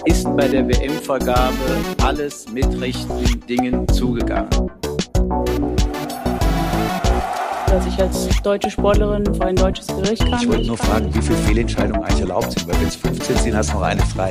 ist bei der WM-Vergabe alles mit rechten Dingen zugegangen. Dass ich als deutsche Sportlerin vor ein deutsches Gericht kann. Ich wollte nur fragen, wie viele Fehlentscheidungen eigentlich erlaubt sind, weil wenn es 15 sind, hast du noch eine frei.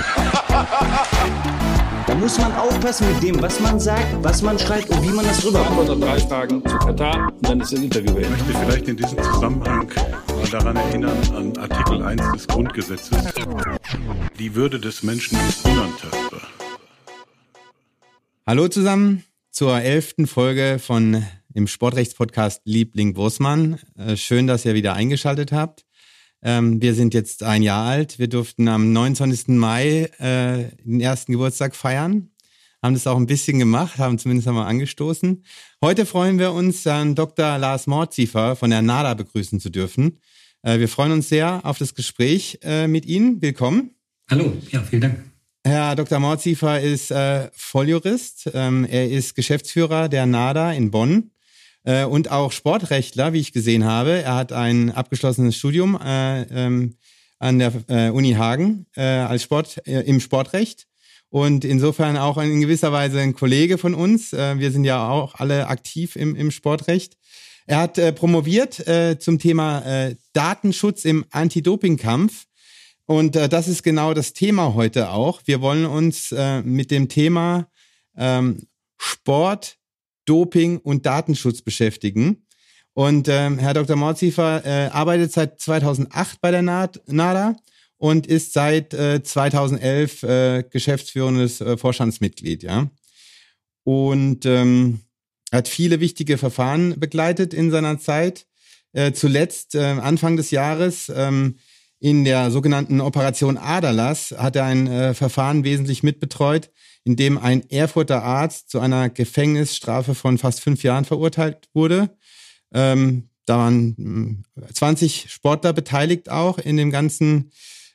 Da muss man aufpassen mit dem, was man sagt, was man schreibt und wie man das rüberkommt. Vor 3 Tagen zu Katar und dann ist ein Interview beendet. Ich möchte vielleicht in diesem Zusammenhang mal daran erinnern, an Artikel 1 des Grundgesetzes. Die Würde des Menschen ist unantastbar. Hallo zusammen zur 11. Folge von im Sportrechtspodcast Liebling Wursmann. Schön, dass ihr wieder eingeschaltet habt. Wir sind jetzt 1 Jahr alt. Wir durften am 29. Mai den ersten Geburtstag feiern. Haben das auch ein bisschen gemacht, haben zumindest einmal angestoßen. Heute freuen wir uns, Dr. Lars Mordziefer von der NADA begrüßen zu dürfen. Wir freuen uns sehr auf das Gespräch mit Ihnen. Willkommen. Hallo, ja, vielen Dank. Herr Dr. Mordziefer ist Volljurist. Er ist Geschäftsführer der NADA in Bonn. Und auch Sportrechtler, wie ich gesehen habe. Er hat ein abgeschlossenes Studium an der Uni Hagen im Sportrecht und insofern auch in gewisser Weise ein Kollege von uns. Wir sind ja auch alle aktiv im Sportrecht. Er hat promoviert zum Thema Datenschutz im Anti-Doping-Kampf und das ist genau das Thema heute auch. Wir wollen uns mit dem Thema Sport, Doping und Datenschutz beschäftigen. Und Herr Dr. Mordziefer arbeitet seit 2008 bei der NADA und ist seit 2011 geschäftsführendes Vorstandsmitglied. Ja? Und hat viele wichtige Verfahren begleitet in seiner Zeit. Zuletzt Anfang des Jahres in der sogenannten Operation Aderlass hat er ein Verfahren wesentlich mitbetreut, in dem ein Erfurter Arzt zu einer Gefängnisstrafe von fast 5 Jahren verurteilt wurde. Da waren 20 Sportler beteiligt auch in dem ganzen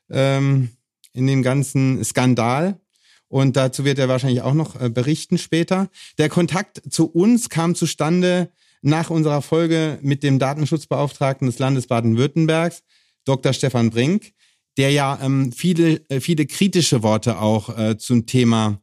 Skandal. Und dazu wird er wahrscheinlich auch noch berichten später. Der Kontakt zu uns kam zustande nach unserer Folge mit dem Datenschutzbeauftragten des Landes Baden-Württembergs, Dr. Stefan Brink, der ja viele kritische Worte auch zum Thema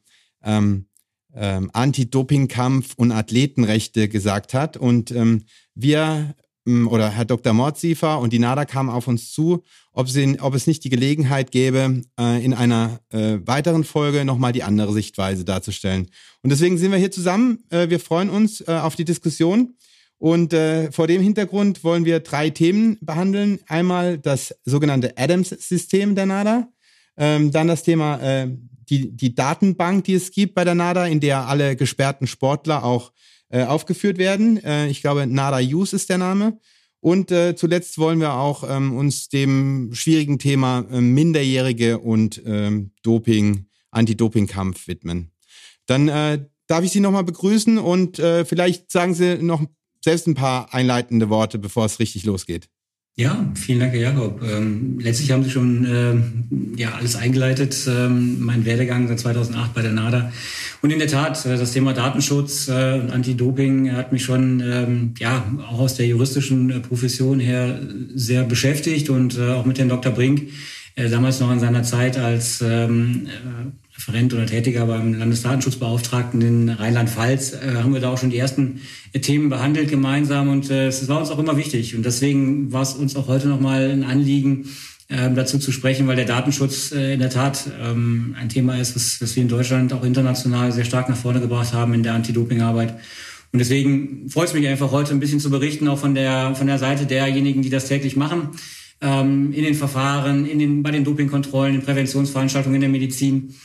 Anti-Doping-Kampf und Athletenrechte gesagt hat. Und wir oder Herr Dr. Mordziefer und die NADA kamen auf uns zu, ob es nicht die Gelegenheit gäbe, in einer weiteren Folge nochmal die andere Sichtweise darzustellen. Und deswegen sind wir hier zusammen. Wir freuen uns auf die Diskussion. Und vor dem Hintergrund wollen wir 3 Themen behandeln. Einmal das sogenannte Adams-System der NADA, dann das Thema die Datenbank, die es gibt bei der NADA, in der alle gesperrten Sportler auch aufgeführt werden. Ich glaube, NADA Use ist der Name. Und zuletzt wollen wir auch uns dem schwierigen Thema Minderjährige und Doping, Anti-Doping-Kampf widmen. Dann darf ich Sie nochmal begrüßen und vielleicht sagen Sie noch selbst ein paar einleitende Worte, bevor es richtig losgeht. Ja, vielen Dank, Herr Jakob. Letztlich haben Sie schon alles eingeleitet, mein Werdegang seit 2008 bei der NADA. Und in der Tat, das Thema Datenschutz und Anti-Doping hat mich schon auch aus der juristischen Profession her sehr beschäftigt und auch mit Herrn Dr. Brink, damals noch in seiner Zeit als Referent oder Tätiger beim Landesdatenschutzbeauftragten in Rheinland-Pfalz, haben wir da auch schon die ersten Themen behandelt gemeinsam und es war uns auch immer wichtig. Und deswegen war es uns auch heute nochmal ein Anliegen, dazu zu sprechen, weil der Datenschutz in der Tat ein Thema ist, was wir in Deutschland auch international sehr stark nach vorne gebracht haben in der Anti-Doping-Arbeit. Und deswegen freut es mich einfach heute ein bisschen zu berichten, auch von der Seite derjenigen, die das täglich machen, in den Verfahren, bei den Dopingkontrollen, in Präventionsveranstaltungen in der Medizin.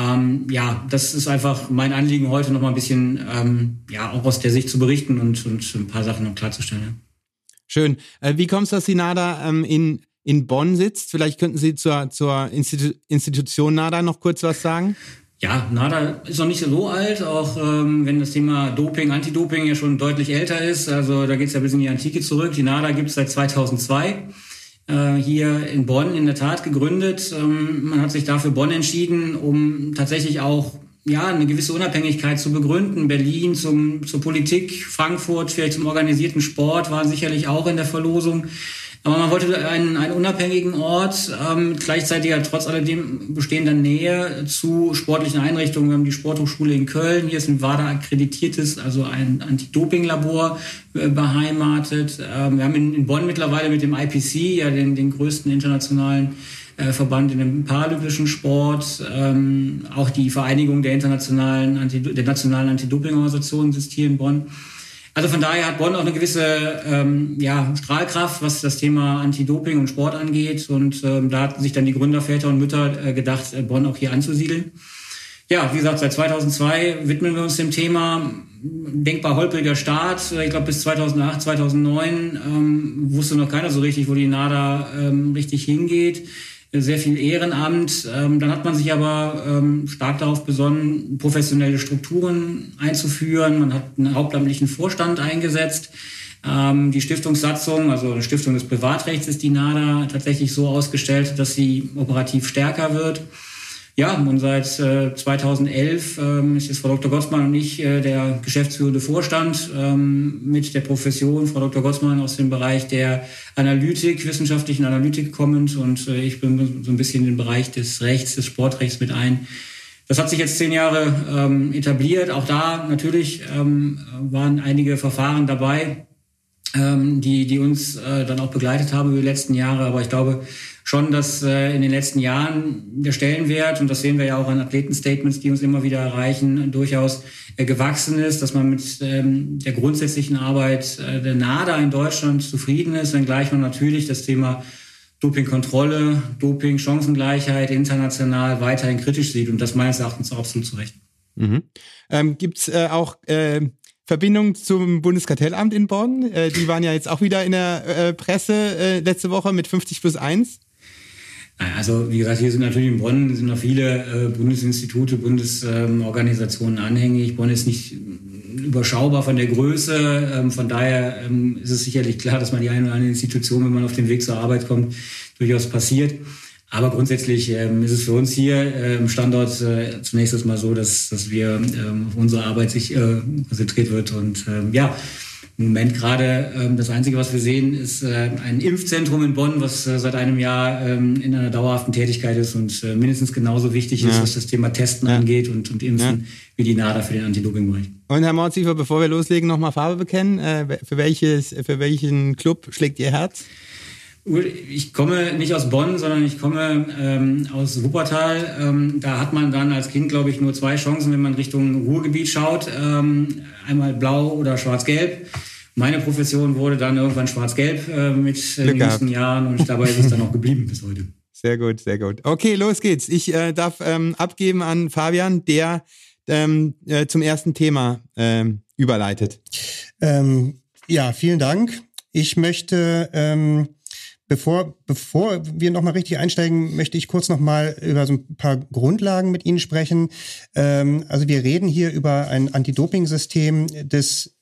Das ist einfach mein Anliegen, heute noch mal ein bisschen auch aus der Sicht zu berichten und ein paar Sachen noch klarzustellen. Ja. Schön. Wie kommt es, dass die NADA in Bonn sitzt? Vielleicht könnten Sie zur Institution NADA noch kurz was sagen? Ja, NADA ist noch nicht so alt, auch wenn das Thema Doping, Anti-Doping ja schon deutlich älter ist. Also da geht es ja bis in die Antike zurück. Die NADA gibt es seit 2002. Hier in Bonn in der Tat gegründet. Man hat sich dafür Bonn entschieden, um tatsächlich auch eine gewisse Unabhängigkeit zu begründen. Berlin zur Politik, Frankfurt vielleicht zum organisierten Sport waren sicherlich auch in der Verlosung. Aber man wollte einen unabhängigen Ort, gleichzeitig ja trotz alledem bestehender Nähe zu sportlichen Einrichtungen. Wir haben die Sporthochschule in Köln, hier ist ein WADA akkreditiertes, also ein Anti-Doping-Labor beheimatet. Wir haben in Bonn mittlerweile mit dem IPC, ja den größten internationalen Verband in dem paralympischen Sport, auch die Vereinigung der nationalen Anti-Doping-Organisationen sitzt hier in Bonn. Also von daher hat Bonn auch eine gewisse Strahlkraft, was das Thema Anti-Doping und Sport angeht. Und da hatten sich dann die Gründerväter und Mütter gedacht, Bonn auch hier anzusiedeln. Ja, wie gesagt, seit 2002 widmen wir uns dem Thema. Denkbar holpriger Start. Ich glaube, bis 2008, 2009 wusste noch keiner so richtig, wo die NADA richtig hingeht. Sehr viel Ehrenamt. Dann hat man sich aber stark darauf besonnen, professionelle Strukturen einzuführen. Man hat einen hauptamtlichen Vorstand eingesetzt. Die Stiftungssatzung, also die Stiftung des Privatrechts, ist die NADA tatsächlich so ausgestellt, dass sie operativ stärker wird. Ja, und seit 2011 ist jetzt Frau Dr. Gottsmann und ich der geschäftsführende Vorstand mit der Profession. Frau Dr. Gottsmann aus dem Bereich der Analytik, wissenschaftlichen Analytik kommend, und ich bin so ein bisschen in den Bereich des Rechts, des Sportrechts mit ein. Das hat sich jetzt 10 Jahre etabliert. Auch da natürlich waren einige Verfahren dabei, die uns dann auch begleitet haben über die letzten Jahre. Aber ich glaube schon, dass in den letzten Jahren der Stellenwert, und das sehen wir ja auch an Athletenstatements, die uns immer wieder erreichen, durchaus gewachsen ist, dass man mit der grundsätzlichen Arbeit der NADA in Deutschland zufrieden ist, wenngleich man natürlich das Thema Dopingkontrolle, Doping, Chancengleichheit international weiterhin kritisch sieht, und das meines Erachtens auch absolut zu Recht. Mhm. Gibt's auch Verbindung zum Bundeskartellamt in Bonn? Die waren ja jetzt auch wieder in der Presse letzte Woche mit 50+1. Also wie gesagt, hier sind natürlich in Bonn sind noch viele Bundesinstitute, Bundesorganisationen anhängig. Bonn ist nicht überschaubar von der Größe. Von daher ist es sicherlich klar, dass man die eine oder andere Institution, wenn man auf den Weg zur Arbeit kommt, durchaus passiert. Aber grundsätzlich ist es für uns hier im Standort zunächst erstmal so, dass wir auf unsere Arbeit sich konzentriert wird. Und im Moment gerade das Einzige, was wir sehen, ist ein Impfzentrum in Bonn, was seit einem Jahr in einer dauerhaften Tätigkeit ist und mindestens genauso wichtig ist, was das Thema Testen angeht und Impfen, wie die NADA für den Anti-Doping-Bereich. Und Herr Mordsiefer, bevor wir loslegen, nochmal Farbe bekennen. Für welchen Club schlägt Ihr Herz? Ich komme nicht aus Bonn, sondern ich komme aus Wuppertal. Da hat man dann als Kind, glaube ich, nur 2 Chancen, wenn man Richtung Ruhrgebiet schaut. Einmal blau oder schwarz-gelb. Meine Profession wurde dann irgendwann schwarz-gelb mit den jüngsten Jahren, und dabei ist es dann auch geblieben bis heute. Sehr gut, sehr gut. Okay, los geht's. Ich darf abgeben an Fabian, der zum ersten Thema überleitet. Vielen Dank. Ich möchte Bevor wir nochmal richtig einsteigen, möchte ich kurz nochmal über so ein paar Grundlagen mit Ihnen sprechen. Also wir reden hier über ein Anti-Doping-System, das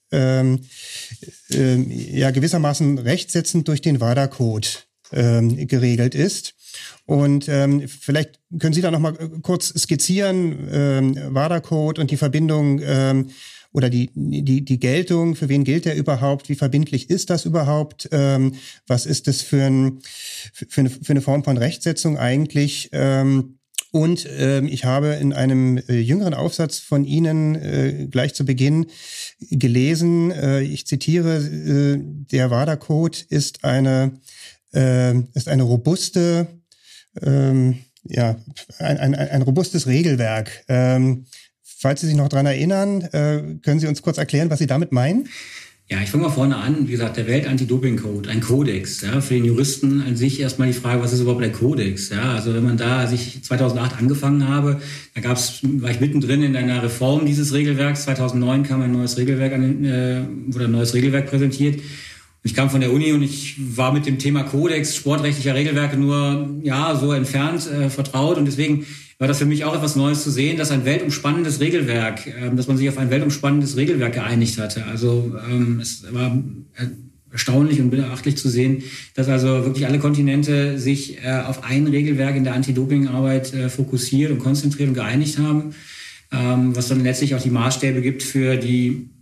gewissermaßen rechtsetzend durch den WADA-Code geregelt ist. Und vielleicht können Sie da nochmal kurz skizzieren, WADA-Code und die Verbindung oder die Geltung, für wen gilt der überhaupt, wie verbindlich ist das überhaupt, was ist das für eine Form von Rechtsetzung eigentlich, und ich habe in einem jüngeren Aufsatz von Ihnen gleich zu Beginn gelesen, ich zitiere, der WADA-Code ist eine robuste, ein robustes Regelwerk. Falls Sie sich noch daran erinnern, können Sie uns kurz erklären, was Sie damit meinen? Ja, ich fange mal vorne an. Wie gesagt, der Welt-Anti-Doping-Code, ein Kodex. Ja, für den Juristen an sich erstmal die Frage, was ist überhaupt der Kodex? Ja, also wenn man als ich 2008 angefangen habe, war ich mittendrin in einer Reform dieses Regelwerks. 2009 kam ein neues Regelwerk wurde ein neues Regelwerk präsentiert. Ich kam von der Uni und ich war mit dem Thema Kodex sportrechtlicher Regelwerke nur so entfernt vertraut, und deswegen war das für mich auch etwas Neues zu sehen, dass ein weltumspannendes Regelwerk, dass man sich auf ein weltumspannendes Regelwerk geeinigt hatte. Also es war erstaunlich und beachtlich zu sehen, dass also wirklich alle Kontinente sich auf ein Regelwerk in der Anti-Doping-Arbeit fokussiert und konzentriert und geeinigt haben, was dann letztlich auch die Maßstäbe gibt für die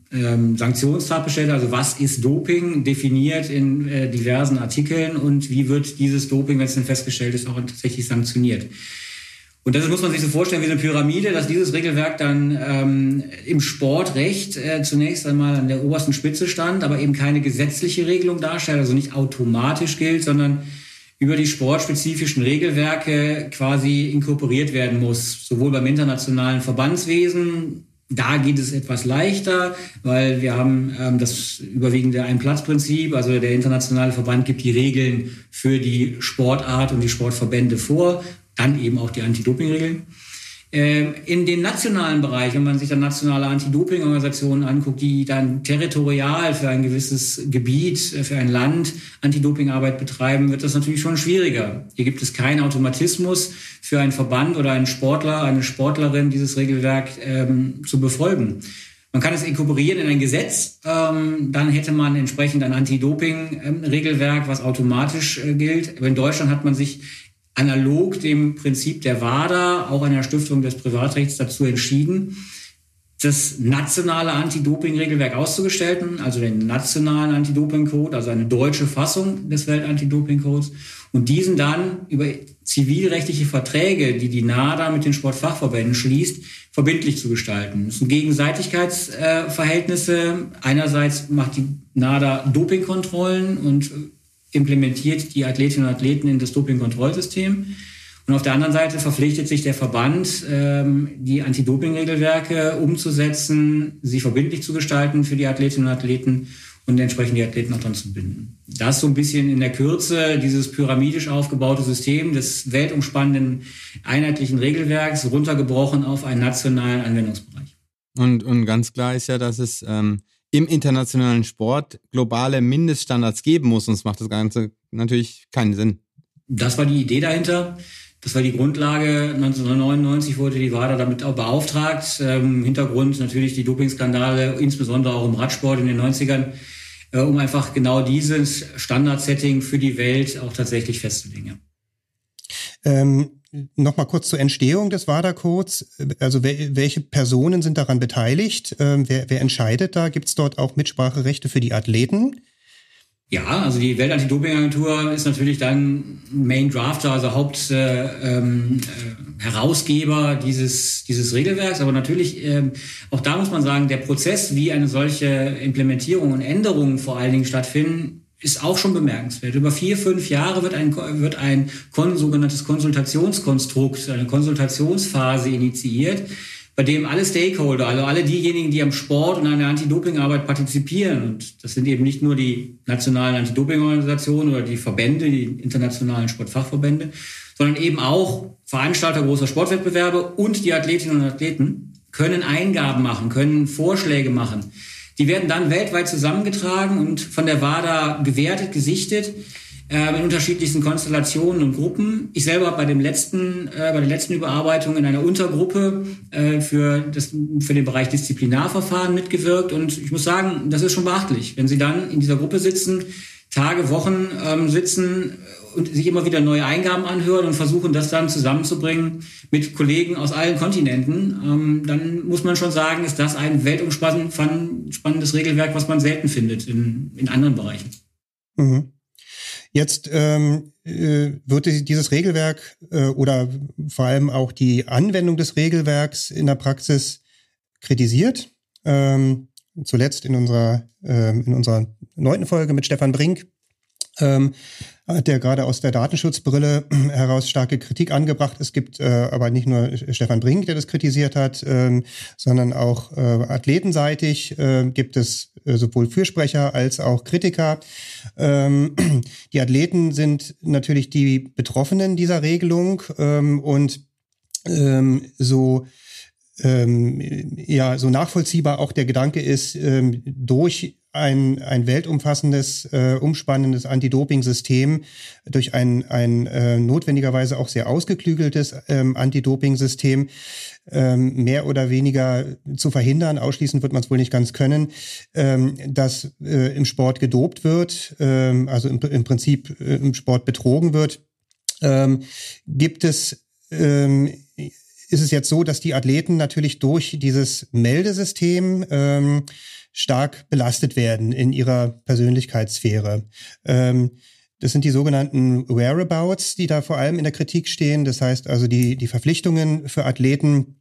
Sanktionstatbestände, also was ist Doping, definiert in diversen Artikeln und wie wird dieses Doping, wenn es denn festgestellt ist, auch tatsächlich sanktioniert. Und das muss man sich so vorstellen wie eine Pyramide, dass dieses Regelwerk dann im Sportrecht zunächst einmal an der obersten Spitze stand, aber eben keine gesetzliche Regelung darstellt, also nicht automatisch gilt, sondern über die sportspezifischen Regelwerke quasi inkorporiert werden muss, sowohl beim internationalen Verbandswesen. Da geht es etwas leichter, weil wir haben das überwiegende Ein-Platz-Prinzip. Also der internationale Verband gibt die Regeln für die Sportart und die Sportverbände vor, dann eben auch die Anti-Doping-Regeln. In den nationalen Bereich, wenn man sich dann nationale Anti-Doping-Organisationen anguckt, die dann territorial für ein gewisses Gebiet, für ein Land Anti-Doping-Arbeit betreiben, wird das natürlich schon schwieriger. Hier gibt es keinen Automatismus für einen Verband oder einen Sportler, eine Sportlerin, dieses Regelwerk zu befolgen. Man kann es inkorporieren in ein Gesetz, dann hätte man entsprechend ein Anti-Doping-Regelwerk, was automatisch gilt. Aber in Deutschland hat man sich analog dem Prinzip der WADA, auch einer Stiftung des Privatrechts, dazu entschieden, das nationale Anti-Doping-Regelwerk auszugestalten, also den nationalen Anti-Doping-Code, also eine deutsche Fassung des Welt-Anti-Doping-Codes, und diesen dann über zivilrechtliche Verträge, die die NADA mit den Sportfachverbänden schließt, verbindlich zu gestalten. Das sind Gegenseitigkeitsverhältnisse. Einerseits macht die NADA Dopingkontrollen und implementiert die Athletinnen und Athleten in das Dopingkontrollsystem. Und auf der anderen Seite verpflichtet sich der Verband, die Anti-Doping-Regelwerke umzusetzen, sie verbindlich zu gestalten für die Athletinnen und Athleten und entsprechend die Athleten auch dann zu binden. Das so ein bisschen in der Kürze, dieses pyramidisch aufgebaute System des weltumspannenden einheitlichen Regelwerks runtergebrochen auf einen nationalen Anwendungsbereich. Und ganz klar ist ja, dass es im internationalen Sport globale Mindeststandards geben muss, sonst macht das Ganze natürlich keinen Sinn. Das war die Idee dahinter. Das war die Grundlage. 1999 wurde die WADA damit auch beauftragt. Hintergrund natürlich die Dopingskandale, insbesondere auch im Radsport in den 90ern, um einfach genau dieses Standardsetting für die Welt auch tatsächlich festzulegen. Nochmal kurz zur Entstehung des WADA-Codes. Also welche Personen sind daran beteiligt? Wer entscheidet da? Gibt es dort auch Mitspracherechte für die Athleten? Ja, also die Welt-Anti-Doping-Agentur ist natürlich dann Main Drafter, also Herausgeber dieses Regelwerks. Aber natürlich, auch da muss man sagen, der Prozess, wie eine solche Implementierung und Änderungen vor allen Dingen stattfinden, ist auch schon bemerkenswert. Über 4-5 Jahre wird ein sogenanntes Konsultationskonstrukt, eine Konsultationsphase initiiert, bei dem alle Stakeholder, also alle diejenigen, die am Sport und an der Anti-Doping-Arbeit partizipieren, und das sind eben nicht nur die nationalen Anti-Doping-Organisationen oder die Verbände, die internationalen Sportfachverbände, sondern eben auch Veranstalter großer Sportwettbewerbe und die Athletinnen und Athleten können Eingaben machen, können Vorschläge machen. Die werden dann weltweit zusammengetragen und von der WADA gewertet, gesichtet, in unterschiedlichsten Konstellationen und Gruppen. Ich selber habe bei der letzten Überarbeitung in einer Untergruppe für den Bereich Disziplinarverfahren mitgewirkt. Und ich muss sagen, das ist schon beachtlich. Wenn Sie dann in dieser Gruppe sitzen, Tage, Wochen sitzen und sich immer wieder neue Eingaben anhören und versuchen, das dann zusammenzubringen mit Kollegen aus allen Kontinenten, dann muss man schon sagen, ist das ein weltumspannendes Regelwerk, was man selten findet in anderen Bereichen. Mhm. Jetzt wird dieses Regelwerk oder vor allem auch die Anwendung des Regelwerks in der Praxis kritisiert. Zuletzt in unserer 9. Folge mit Stefan Brink hat er gerade aus der Datenschutzbrille heraus starke Kritik angebracht. Es gibt aber nicht nur Stefan Brink, der das kritisiert hat, sondern auch athletenseitig gibt es sowohl Fürsprecher als auch Kritiker. Die Athleten sind natürlich die Betroffenen dieser Regelung und so nachvollziehbar auch der Gedanke ist, durch ein weltumfassendes, umspannendes Anti-Doping-System, durch ein notwendigerweise auch sehr ausgeklügeltes Anti-Doping-System mehr oder weniger zu verhindern, ausschließen wird man es wohl nicht ganz können, dass im Sport gedopt wird, also im Prinzip im Sport betrogen wird, ist es jetzt so, dass die Athleten natürlich durch dieses Meldesystem stark belastet werden in ihrer Persönlichkeitssphäre. Das sind die sogenannten Whereabouts, die da vor allem in der Kritik stehen. Das heißt also die Verpflichtungen für Athleten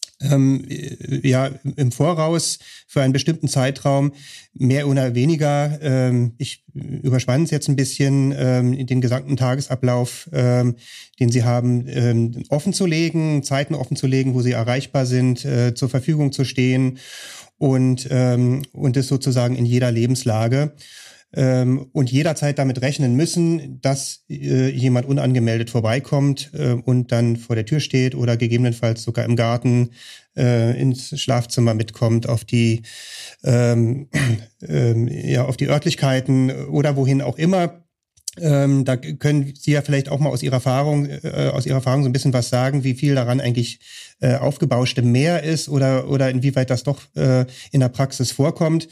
im Voraus für einen bestimmten Zeitraum mehr oder weniger, ich überspanne es jetzt ein bisschen, den gesamten Tagesablauf, den sie haben, offen zu legen, Zeiten offen zu legen, wo sie erreichbar sind, zur Verfügung zu stehen und das sozusagen in jeder Lebenslage. Und jederzeit damit rechnen müssen, dass jemand unangemeldet vorbeikommt und dann vor der Tür steht oder gegebenenfalls sogar im Garten ins Schlafzimmer mitkommt, auf die Örtlichkeiten oder wohin auch immer. Da können Sie ja vielleicht auch mal aus Ihrer Erfahrung so ein bisschen was sagen, wie viel daran eigentlich aufgebauschte mehr ist oder inwieweit das doch in der Praxis vorkommt.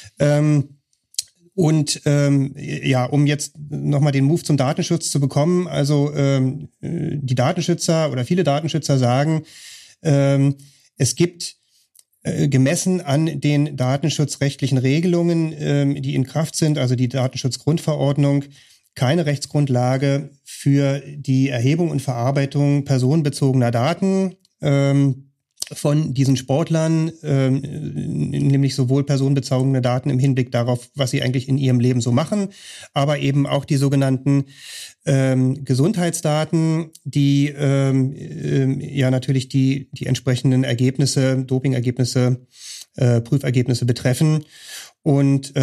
Um jetzt nochmal den Move zum Datenschutz zu bekommen, also die Datenschützer oder viele Datenschützer sagen, es gibt gemessen an den datenschutzrechtlichen Regelungen, die in Kraft sind, also die Datenschutzgrundverordnung, keine Rechtsgrundlage für die Erhebung und Verarbeitung personenbezogener Daten von diesen Sportlern, nämlich sowohl personenbezogene Daten im Hinblick darauf, was sie eigentlich in ihrem Leben so machen, aber eben auch die sogenannten Gesundheitsdaten, die natürlich die entsprechenden Ergebnisse, Dopingergebnisse, Prüfergebnisse betreffen. Und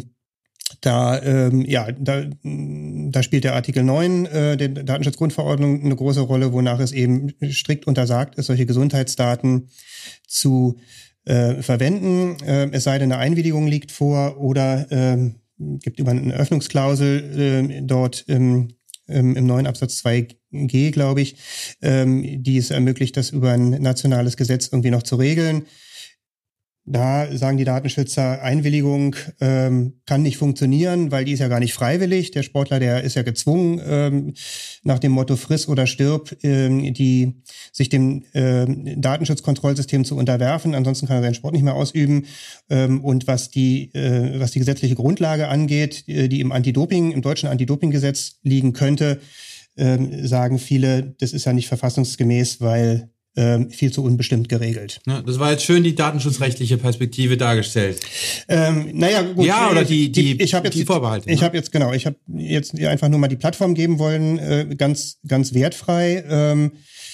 da spielt der Artikel 9 der Datenschutzgrundverordnung eine große Rolle, wonach es eben strikt untersagt ist, solche Gesundheitsdaten zu verwenden, es sei denn, eine Einwilligung liegt vor oder gibt über eine Öffnungsklausel dort im neuen Absatz 2g, glaube ich, die es ermöglicht, das über ein nationales Gesetz irgendwie noch zu regeln. Da sagen die Datenschützer, Einwilligung kann nicht funktionieren, weil die ist ja gar nicht freiwillig. Der Sportler, der ist ja gezwungen, nach dem Motto friss oder stirb, sich dem Datenschutzkontrollsystem zu unterwerfen. Ansonsten kann er seinen Sport nicht mehr ausüben. Und was die gesetzliche Grundlage angeht, die im deutschen Anti-Doping-Gesetz liegen könnte, sagen viele, das ist ja nicht verfassungsgemäß, weil viel zu unbestimmt geregelt. Ja, das war jetzt schön die datenschutzrechtliche Perspektive dargestellt. Gut. Ja, oder die Vorbehalte. Ich habe jetzt einfach nur mal die Plattform geben wollen, ganz wertfrei.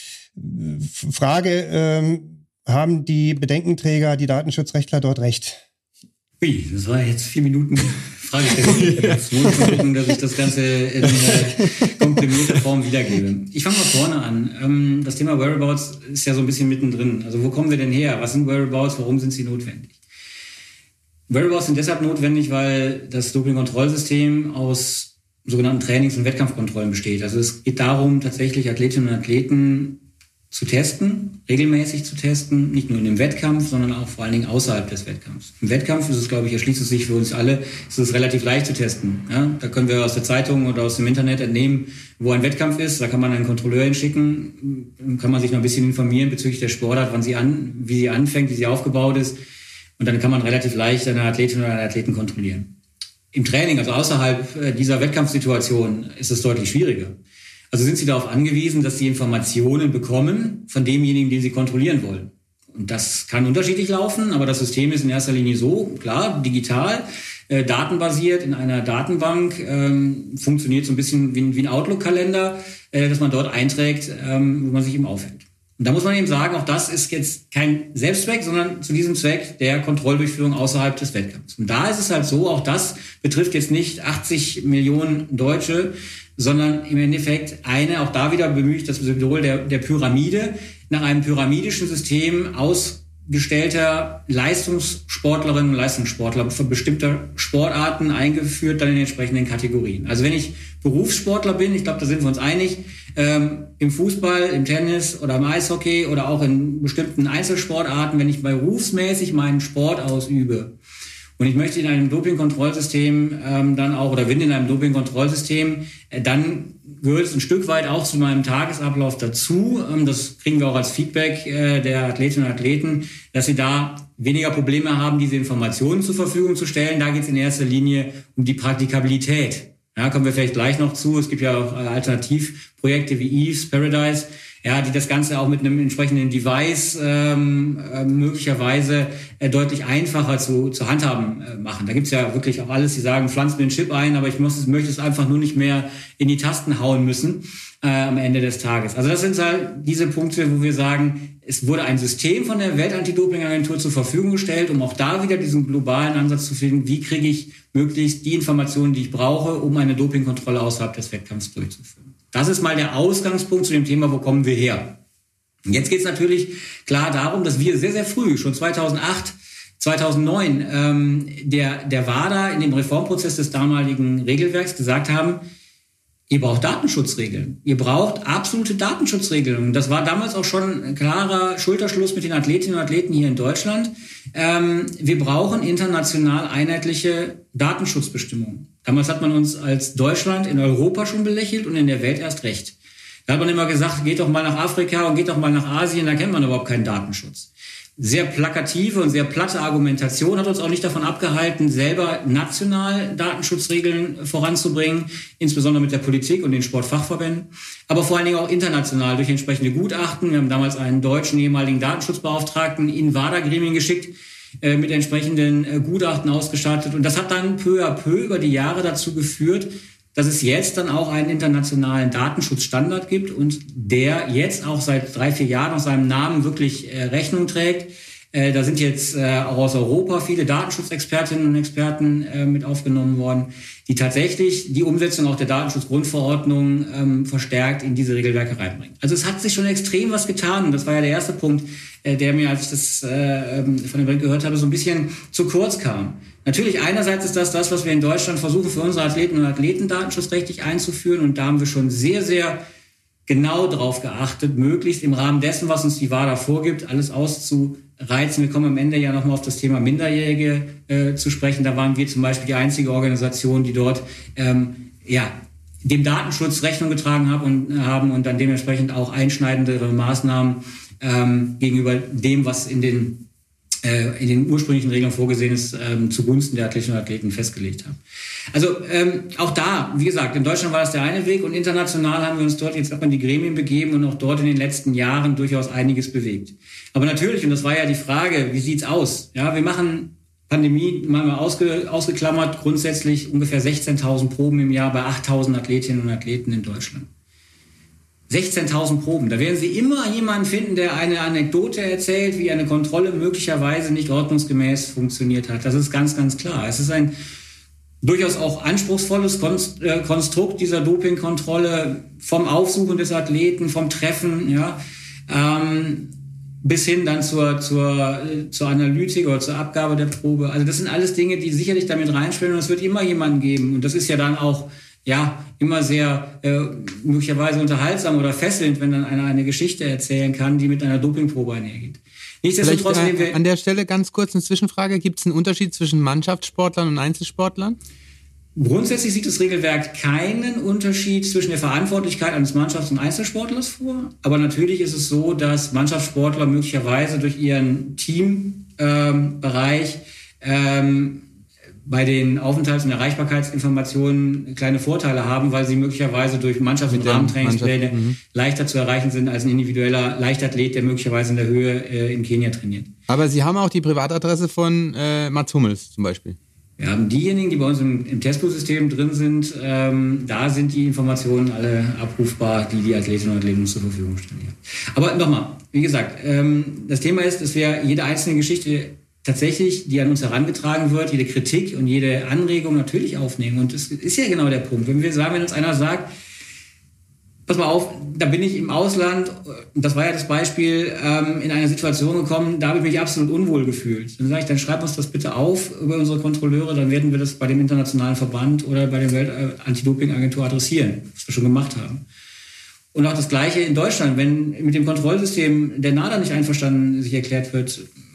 Frage, haben die Bedenkenträger, die Datenschutzrechtler dort recht? Ui, das war jetzt 4 Minuten Fragestellung. Jetzt muss ich mal gucken, dass ich das Ganze in komprimierter Form wiedergebe. Ich fange mal vorne an. Das Thema Whereabouts ist ja so ein bisschen mittendrin. Also wo kommen wir denn her? Was sind Whereabouts? Warum sind sie notwendig? Whereabouts sind deshalb notwendig, weil das Dopingkontrollsystem aus sogenannten Trainings- und Wettkampfkontrollen besteht. Also es geht darum, tatsächlich Athletinnen und Athleten zu testen, regelmäßig zu testen, nicht nur in dem Wettkampf, sondern auch vor allen Dingen außerhalb des Wettkampfs. Im Wettkampf ist es, glaube ich, erschließt es sich für uns alle, ist es relativ leicht zu testen. Ja? Da können wir aus der Zeitung oder aus dem Internet entnehmen, wo ein Wettkampf ist. Da kann man einen Kontrolleur hinschicken, kann man sich noch ein bisschen informieren bezüglich der Sportart, wie sie anfängt, wie sie aufgebaut ist. Und dann kann man relativ leicht eine Athletin oder einen Athleten kontrollieren. Im Training, also außerhalb dieser Wettkampfsituation, ist es deutlich schwieriger. Also sind sie darauf angewiesen, dass sie Informationen bekommen von demjenigen, den sie kontrollieren wollen. Und das kann unterschiedlich laufen, aber das System ist in erster Linie so, klar, digital, datenbasiert in einer Datenbank, funktioniert so ein bisschen wie ein Outlook-Kalender, dass man dort einträgt, wo man sich eben aufhält. Und da muss man eben sagen, auch das ist jetzt kein Selbstzweck, sondern zu diesem Zweck der Kontrolldurchführung außerhalb des Wettkampfs. Und da ist es halt so, auch das betrifft jetzt nicht 80 Millionen Deutsche, sondern im Endeffekt auch da wieder bemühe ich das Symbol der Pyramide, nach einem pyramidischen System ausgestellter Leistungssportlerinnen und Leistungssportler für bestimmte Sportarten eingeführt, dann in den entsprechenden Kategorien. Also wenn ich Berufssportler bin, ich glaube, da sind wir uns einig, im Fußball, im Tennis oder im Eishockey oder auch in bestimmten Einzelsportarten, wenn ich berufsmäßig meinen Sport ausübe Und ich möchte in einem Dopingkontrollsystem bin in einem Dopingkontrollsystem, dann gehört es ein Stück weit auch zu meinem Tagesablauf dazu. Das kriegen wir auch als Feedback der Athletinnen und Athleten, dass sie da weniger Probleme haben, diese Informationen zur Verfügung zu stellen. Da geht es in erster Linie um die Praktikabilität. Ja, kommen wir vielleicht gleich noch zu. Es gibt ja auch Alternativprojekte wie Eve's Paradise, ja, die das Ganze auch mit einem entsprechenden Device möglicherweise deutlich einfacher zu handhaben machen. Da gibt's ja wirklich auch alles, die sagen, pflanzt mir einen Chip ein, aber ich möchte es einfach nur nicht mehr in die Tasten hauen müssen am Ende des Tages. Also das sind halt diese Punkte, wo wir sagen, es wurde ein System von der Weltantidopingagentur zur Verfügung gestellt, um auch da wieder diesen globalen Ansatz zu finden, wie kriege ich möglichst die Informationen, die ich brauche, um eine Dopingkontrolle außerhalb des Wettkampfs durchzuführen. Das ist mal der Ausgangspunkt zu dem Thema, wo kommen wir her. Und jetzt geht es natürlich klar darum, dass wir sehr, sehr früh, schon 2008, 2009, der WADA in dem Reformprozess des damaligen Regelwerks gesagt haben, ihr braucht Datenschutzregeln. Ihr braucht absolute Datenschutzregeln. Und das war damals auch schon ein klarer Schulterschluss mit den Athletinnen und Athleten hier in Deutschland. Wir brauchen international einheitliche Datenschutzbestimmungen. Damals hat man uns als Deutschland in Europa schon belächelt und in der Welt erst recht. Da hat man immer gesagt, geht doch mal nach Afrika und geht doch mal nach Asien, da kennt man überhaupt keinen Datenschutz. Sehr plakative und sehr platte Argumentation hat uns auch nicht davon abgehalten, selber national Datenschutzregeln voranzubringen, insbesondere mit der Politik und den Sportfachverbänden, aber vor allen Dingen auch international durch entsprechende Gutachten. Wir haben damals einen deutschen ehemaligen Datenschutzbeauftragten in WADA-Gremien geschickt, mit entsprechenden Gutachten ausgestattet. Und das hat dann peu à peu über die Jahre dazu geführt, dass es jetzt dann auch einen internationalen Datenschutzstandard gibt und der jetzt auch seit 3-4 Jahren aus seinem Namen wirklich Rechnung trägt. Da sind jetzt auch aus Europa viele Datenschutzexpertinnen und Experten mit aufgenommen worden, die tatsächlich die Umsetzung auch der Datenschutzgrundverordnung verstärkt in diese Regelwerke reinbringen. Also es hat sich schon extrem was getan und das war ja der erste Punkt, der mir, als ich das von dem Brink gehört habe, so ein bisschen zu kurz kam. Natürlich einerseits ist das, was wir in Deutschland versuchen, für unsere Athleten und Athleten datenschutzrechtlich einzuführen und da haben wir schon sehr, sehr genau darauf geachtet, möglichst im Rahmen dessen, was uns die WADA vorgibt, alles auszureizen. Wir kommen am Ende ja nochmal auf das Thema Minderjährige zu sprechen. Da waren wir zum Beispiel die einzige Organisation, die dort dem Datenschutz Rechnung getragen haben und dann dementsprechend auch einschneidendere Maßnahmen gegenüber dem, was in den ursprünglichen Regeln vorgesehen ist, zugunsten der Athletinnen und Athleten festgelegt haben. Also auch da, wie gesagt, in Deutschland war das der eine Weg und international haben wir uns dort jetzt auch in die Gremien begeben und auch dort in den letzten Jahren durchaus einiges bewegt. Aber natürlich, und das war ja die Frage, wie sieht's aus? Ja, wir machen Pandemie mal ausgeklammert, grundsätzlich ungefähr 16.000 Proben im Jahr bei 8.000 Athletinnen und Athleten in Deutschland. 16.000 Proben. Da werden Sie immer jemanden finden, der eine Anekdote erzählt, wie eine Kontrolle möglicherweise nicht ordnungsgemäß funktioniert hat. Das ist ganz, ganz klar. Es ist ein durchaus auch anspruchsvolles Konstrukt dieser Dopingkontrolle, vom Aufsuchen des Athleten, vom Treffen, ja, bis hin dann zur Analytik oder zur Abgabe der Probe. Also das sind alles Dinge, die sicherlich damit reinspielen und es wird immer jemanden geben. Und das ist ja dann auch immer sehr möglicherweise unterhaltsam oder fesselnd, wenn dann einer eine Geschichte erzählen kann, die mit einer Dopingprobe einhergeht. Nichtsdestotrotz, an der Stelle ganz kurz eine Zwischenfrage. Gibt es einen Unterschied zwischen Mannschaftssportlern und Einzelsportlern? Grundsätzlich sieht das Regelwerk keinen Unterschied zwischen der Verantwortlichkeit eines Mannschafts- und Einzelsportlers vor. Aber natürlich ist es so, dass Mannschaftssportler möglicherweise durch ihren Teambereich bei den Aufenthalts- und Erreichbarkeitsinformationen kleine Vorteile haben, weil sie möglicherweise durch Mannschafts- und Rahmentrainingspläne leichter zu erreichen sind als ein individueller Leichtathlet, der möglicherweise in der Höhe in Kenia trainiert. Aber Sie haben auch die Privatadresse von Mats Hummels zum Beispiel. Wir haben diejenigen, die bei uns im Testbus-System drin sind, da sind die Informationen alle abrufbar, die Athletinnen und Athleten zur Verfügung stellen. Ja. Aber nochmal, wie gesagt, das Thema ist, dass wir jede einzelne Geschichte tatsächlich, die an uns herangetragen wird, jede Kritik und jede Anregung natürlich aufnehmen. Und das ist ja genau der Punkt. Wenn uns einer sagt, pass mal auf, da bin ich im Ausland, das war ja das Beispiel, in eine Situation gekommen, da habe ich mich absolut unwohl gefühlt. Dann sage ich, dann schreib uns das bitte auf über unsere Kontrolleure, dann werden wir das bei dem internationalen Verband oder bei der Welt-Antidoping-Agentur adressieren, was wir schon gemacht haben. Und auch das Gleiche in Deutschland, wenn mit dem Kontrollsystem der NADA nicht einverstanden sich erklärt wird,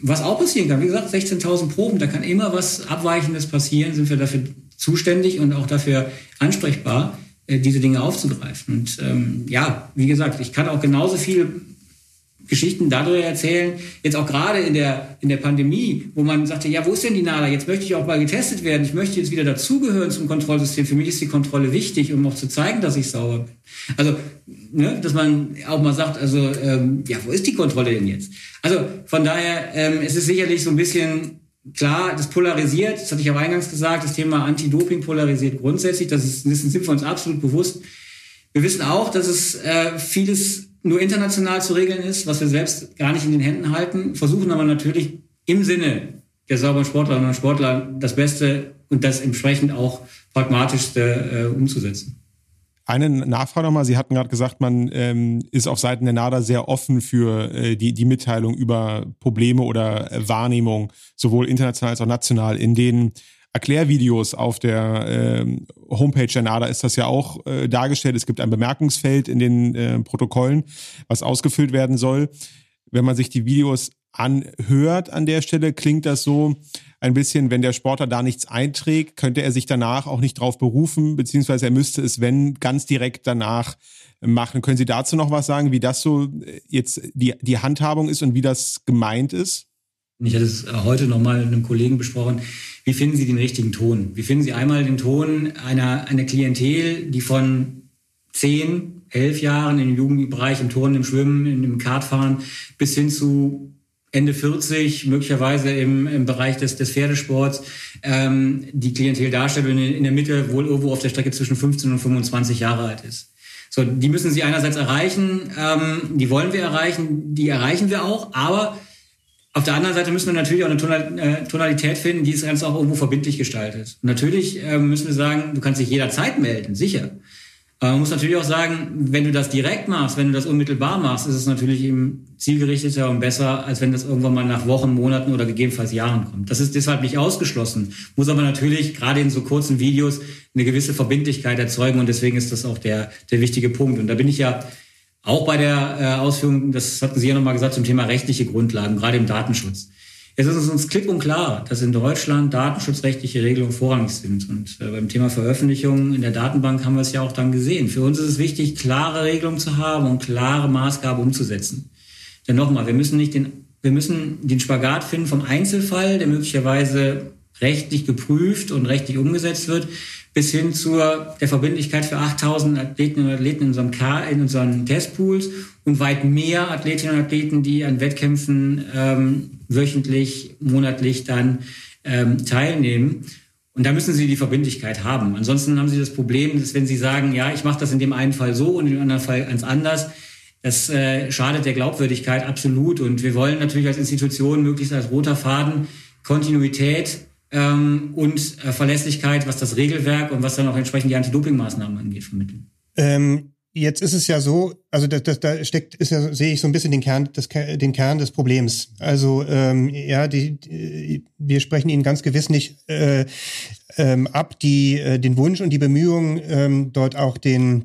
was auch passieren kann, wie gesagt, 16.000 Proben, da kann immer was Abweichendes passieren, sind wir dafür zuständig und auch dafür ansprechbar, diese Dinge aufzugreifen. Und wie gesagt, ich kann auch genauso viele Geschichten darüber erzählen, jetzt auch gerade in der Pandemie, wo man sagte, ja, wo ist denn die NADA? Jetzt möchte ich auch mal getestet werden, ich möchte jetzt wieder dazugehören zum Kontrollsystem. Für mich ist die Kontrolle wichtig, um auch zu zeigen, dass ich sauber bin. Also, dass man auch mal sagt, also, wo ist die Kontrolle denn jetzt? Also, von daher, es ist sicherlich so ein bisschen klar, das polarisiert, das hatte ich auch eingangs gesagt, das Thema Anti-Doping polarisiert grundsätzlich, dessen sind wir uns absolut bewusst. Wir wissen auch, dass es vieles nur international zu regeln ist, was wir selbst gar nicht in den Händen halten, versuchen aber natürlich im Sinne der sauberen Sportlerinnen und Sportler das Beste und das entsprechend auch pragmatischste umzusetzen. Eine Nachfrage nochmal. Sie hatten gerade gesagt, man ist auf Seiten der NADA sehr offen für die Mitteilung über Probleme oder Wahrnehmung, sowohl international als auch national. In den Erklärvideos auf der Homepage der NADA ist das ja auch dargestellt. Es gibt ein Bemerkungsfeld in den Protokollen, was ausgefüllt werden soll. Wenn man sich die Videos anhört an der Stelle, klingt das so ein bisschen, wenn der Sportler da nichts einträgt, könnte er sich danach auch nicht drauf berufen, beziehungsweise er müsste es, wenn, ganz direkt danach machen. Können Sie dazu noch was sagen, wie das so jetzt die Handhabung ist und wie das gemeint ist? Ich hatte es heute nochmal mit einem Kollegen besprochen. Wie finden Sie den richtigen Ton? Wie finden Sie einmal den Ton einer Klientel, die von 10, 11 Jahren im Jugendbereich, im Turnen, im Schwimmen, im Kartfahren bis hin zu Ende 40, möglicherweise im Bereich des Pferdesports, die Klientel darstellt und in der Mitte wohl irgendwo auf der Strecke zwischen 15 und 25 Jahre alt ist. So, die müssen Sie einerseits erreichen, die wollen wir erreichen, die erreichen wir auch, aber auf der anderen Seite müssen wir natürlich auch eine Tonalität finden, die das Ganze auch irgendwo verbindlich gestaltet. Und natürlich müssen wir sagen, du kannst dich jederzeit melden, sicher. Aber man muss natürlich auch sagen, wenn du das direkt machst, wenn du das unmittelbar machst, ist es natürlich eben zielgerichteter und besser, als wenn das irgendwann mal nach Wochen, Monaten oder gegebenenfalls Jahren kommt. Das ist deshalb nicht ausgeschlossen, muss aber natürlich gerade in so kurzen Videos eine gewisse Verbindlichkeit erzeugen und deswegen ist das auch der wichtige Punkt. Und da bin ich ja auch bei der Ausführung, das hatten Sie ja nochmal gesagt, zum Thema rechtliche Grundlagen, gerade im Datenschutz. Es ist uns klipp und klar, dass in Deutschland datenschutzrechtliche Regelungen vorrangig sind. Und beim Thema Veröffentlichung in der Datenbank haben wir es ja auch dann gesehen. Für uns ist es wichtig, klare Regelungen zu haben und klare Maßgaben umzusetzen. Denn nochmal, wir müssen den Spagat finden vom Einzelfall, der möglicherweise rechtlich geprüft und rechtlich umgesetzt wird, bis hin zur der Verbindlichkeit für 8.000 Athletinnen und Athleten in unseren Testpools und weit mehr Athletinnen und Athleten, die an Wettkämpfen wöchentlich, monatlich dann teilnehmen. Und da müssen Sie die Verbindlichkeit haben. Ansonsten haben Sie das Problem, dass wenn Sie sagen, ja, ich mache das in dem einen Fall so und in dem anderen Fall ganz anders, das schadet der Glaubwürdigkeit absolut. Und wir wollen natürlich als Institution möglichst als roter Faden Kontinuität und Verlässlichkeit, was das Regelwerk und was dann auch entsprechend die Anti-Doping-Maßnahmen angeht, vermitteln. Jetzt ist es ja so, also da steckt, sehe ich so ein bisschen den Kern des Problems. Also wir sprechen Ihnen ganz gewiss nicht ab, den Wunsch und die Bemühungen, dort auch den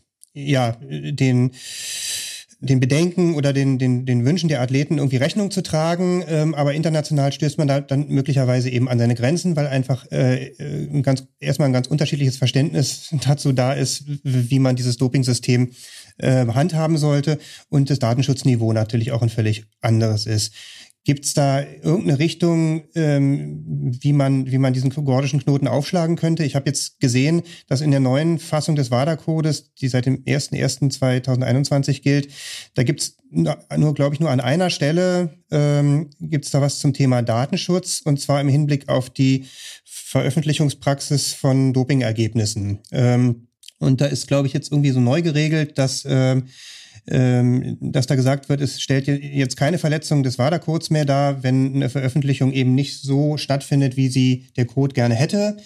Bedenken oder den Wünschen der Athleten irgendwie Rechnung zu tragen, aber international stößt man da dann möglicherweise eben an seine Grenzen, weil einfach erstmal ein ganz unterschiedliches Verständnis dazu da ist, wie man dieses Dopingsystem handhaben sollte und das Datenschutzniveau natürlich auch ein völlig anderes ist. Gibt es da irgendeine Richtung, wie man diesen gordischen Knoten aufschlagen könnte? Ich habe jetzt gesehen, dass in der neuen Fassung des WADA-Codes, die seit dem 01.01.2021 gilt, da gibt's nur an einer Stelle gibt's da was zum Thema Datenschutz, und zwar im Hinblick auf die Veröffentlichungspraxis von Dopingergebnissen. Und da ist, glaube ich, jetzt irgendwie so neu geregelt, dass da gesagt wird, es stellt jetzt keine Verletzung des WADA-Codes mehr dar, wenn eine Veröffentlichung eben nicht so stattfindet, wie sie der Code gerne hätte.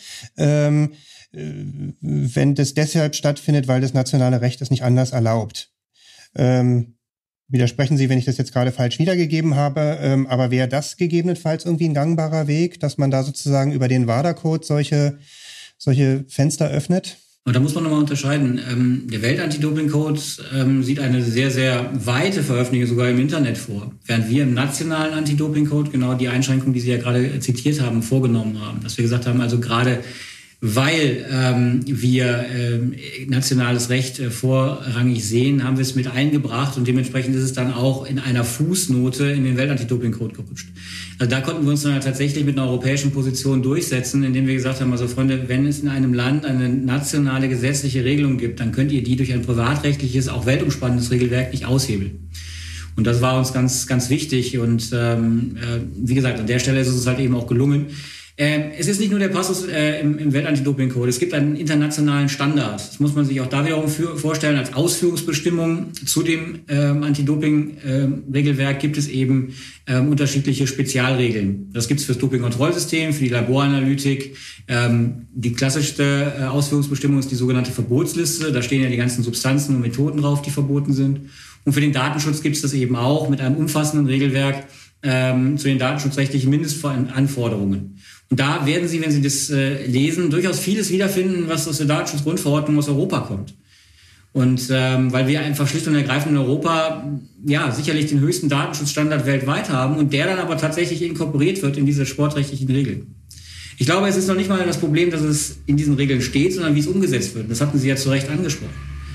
Wenn das deshalb stattfindet, weil das nationale Recht es nicht anders erlaubt. Widersprechen Sie, wenn ich das jetzt gerade falsch wiedergegeben habe, aber wäre das gegebenenfalls irgendwie ein gangbarer Weg, dass man da sozusagen über den WADA-Code solche Fenster öffnet? Und da muss man nochmal unterscheiden. Der Welt-Anti-Doping-Code sieht eine sehr, sehr weite Veröffentlichung sogar im Internet vor. Während wir im nationalen Anti-Doping-Code genau die Einschränkungen, die Sie ja gerade zitiert haben, vorgenommen haben. Dass wir gesagt haben, also gerade weil wir nationales Recht vorrangig sehen, haben wir es mit eingebracht und dementsprechend ist es dann auch in einer Fußnote in den Welt-Anti-Doping-Code gerutscht. Also da konnten wir uns dann tatsächlich mit einer europäischen Position durchsetzen, indem wir gesagt haben, also Freunde, wenn es in einem Land eine nationale gesetzliche Regelung gibt, dann könnt ihr die durch ein privatrechtliches, auch weltumspannendes Regelwerk nicht aushebeln. Und das war uns ganz, ganz wichtig und wie gesagt, an der Stelle ist es uns halt eben auch gelungen. Es ist nicht nur der Passus im Welt-Anti-Doping-Code. Es gibt einen internationalen Standard. Das muss man sich auch da wiederum vorstellen. Als Ausführungsbestimmung zu dem Anti-Doping-Regelwerk gibt es eben unterschiedliche Spezialregeln. Das gibt es für das Doping-Kontrollsystem, für die Laboranalytik. Die klassischste Ausführungsbestimmung ist die sogenannte Verbotsliste. Da stehen ja die ganzen Substanzen und Methoden drauf, die verboten sind. Und für den Datenschutz gibt es das eben auch mit einem umfassenden Regelwerk zu den datenschutzrechtlichen Mindestanforderungen. Und da werden Sie, wenn Sie das lesen, durchaus vieles wiederfinden, was aus der Datenschutzgrundverordnung aus Europa kommt. Und weil wir einfach schlicht und ergreifend in Europa ja sicherlich den höchsten Datenschutzstandard weltweit haben und der dann aber tatsächlich inkorporiert wird in diese sportrechtlichen Regeln. Ich glaube, es ist noch nicht mal das Problem, dass es in diesen Regeln steht, sondern wie es umgesetzt wird. Das hatten Sie ja zu Recht angesprochen.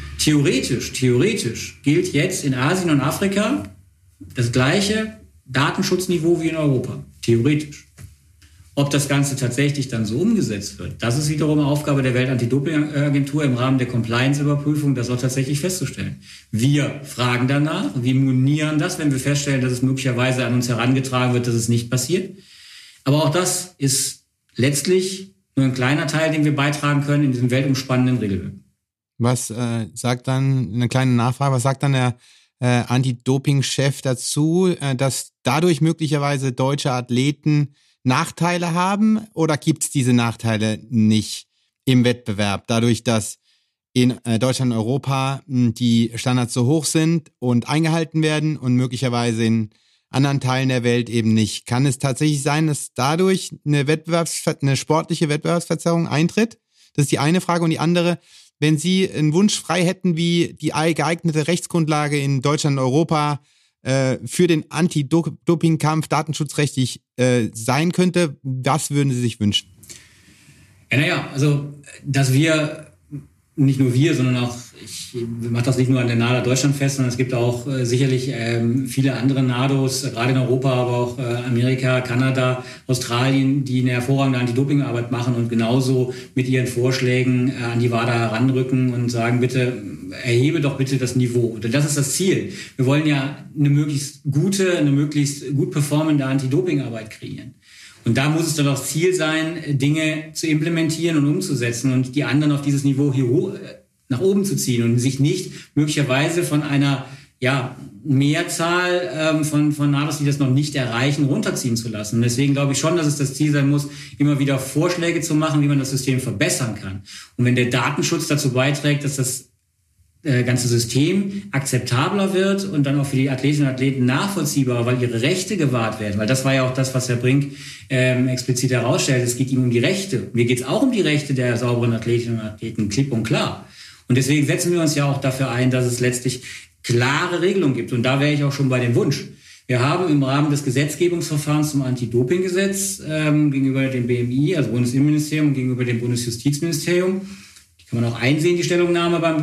Theoretisch gilt jetzt in Asien und Afrika das gleiche Datenschutzniveau wie in Europa. Theoretisch. Ob das Ganze tatsächlich dann so umgesetzt wird, das ist wiederum Aufgabe der Welt-Anti-Doping-Agentur im Rahmen der Compliance-Überprüfung, das auch tatsächlich festzustellen. Wir fragen danach, wir monieren das, wenn wir feststellen, dass es möglicherweise an uns herangetragen wird, dass es nicht passiert. Aber auch das ist letztlich nur ein kleiner Teil, den wir beitragen können in diesem weltumspannenden Regelwerk. Was sagt dann, eine kleine Nachfrage, was sagt dann der Anti-Doping-Chef dazu, dass dadurch möglicherweise deutsche Athleten Nachteile haben oder gibt es diese Nachteile nicht im Wettbewerb? Dadurch, dass in Deutschland und Europa die Standards so hoch sind und eingehalten werden und möglicherweise in anderen Teilen der Welt eben nicht. Kann es tatsächlich sein, dass dadurch eine sportliche Wettbewerbsverzerrung eintritt? Das ist die eine Frage. Und die andere, wenn Sie einen Wunsch frei hätten, wie die geeignete Rechtsgrundlage in Deutschland und Europa für den Anti-Doping-Kampf datenschutzrechtlich sein könnte, was würden Sie sich wünschen? Ja, also, dass wir, nicht nur wir, sondern auch, ich mache das nicht nur an der NADA Deutschland fest, sondern es gibt auch sicherlich viele andere NADOs, gerade in Europa, aber auch Amerika, Kanada, Australien, die eine hervorragende Anti-Doping-Arbeit machen und genauso mit ihren Vorschlägen an die WADA heranrücken und sagen, bitte erhebe doch bitte das Niveau. Denn das ist das Ziel. Wir wollen ja eine möglichst gut performende Anti-Doping-Arbeit kreieren. Und da muss es dann auch Ziel sein, Dinge zu implementieren und umzusetzen und die anderen auf dieses Niveau hier nach oben zu ziehen und sich nicht möglicherweise von einer Mehrzahl von NADOs, die das noch nicht erreichen, runterziehen zu lassen. Und deswegen glaube ich schon, dass es das Ziel sein muss, immer wieder Vorschläge zu machen, wie man das System verbessern kann. Und wenn der Datenschutz dazu beiträgt, dass das ganze System akzeptabler wird und dann auch für die Athletinnen und Athleten nachvollziehbar, weil ihre Rechte gewahrt werden. Weil das war ja auch das, was Herr Brink explizit herausstellt. Es geht ihm um die Rechte. Mir geht es auch um die Rechte der sauberen Athletinnen und Athleten, klipp und klar. Und deswegen setzen wir uns ja auch dafür ein, dass es letztlich klare Regelungen gibt. Und da wäre ich auch schon bei dem Wunsch. Wir haben im Rahmen des Gesetzgebungsverfahrens zum Anti-Doping-Gesetz gegenüber dem BMI, also Bundesinnenministerium, und gegenüber dem Bundesjustizministerium, kann man auch einsehen, die Stellungnahme beim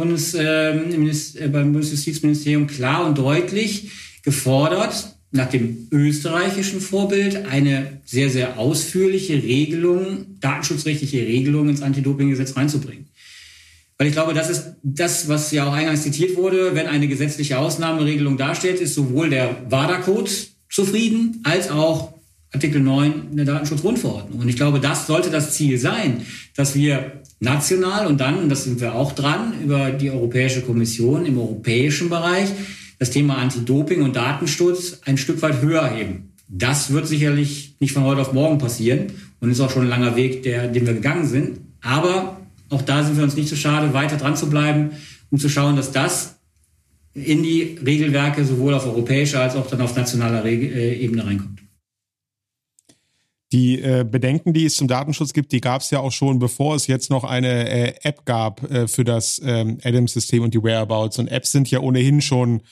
Bundesjustizministerium, klar und deutlich gefordert, nach dem österreichischen Vorbild eine sehr, sehr ausführliche Regelung, datenschutzrechtliche Regelung ins Anti-Doping-Gesetz reinzubringen. Weil ich glaube, das ist das, was ja auch eingangs zitiert wurde, wenn eine gesetzliche Ausnahmeregelung dasteht, ist sowohl der WADA-Code zufrieden, als auch Artikel 9 der Datenschutzgrundverordnung. Und ich glaube, das sollte das Ziel sein, dass wir national und dann, und das sind wir auch dran, über die Europäische Kommission im europäischen Bereich das Thema Anti-Doping und Datenschutz ein Stück weit höher heben. Das wird sicherlich nicht von heute auf morgen passieren und ist auch schon ein langer Weg, den wir gegangen sind. Aber auch da sind wir uns nicht so schade, weiter dran zu bleiben, um zu schauen, dass das in die Regelwerke sowohl auf europäischer als auch dann auf nationaler Ebene reinkommt. Die Bedenken, die es zum Datenschutz gibt, die gab es ja auch schon, bevor es jetzt noch eine App gab für das Adams-System und die Whereabouts. Und Apps sind ja ohnehin schon,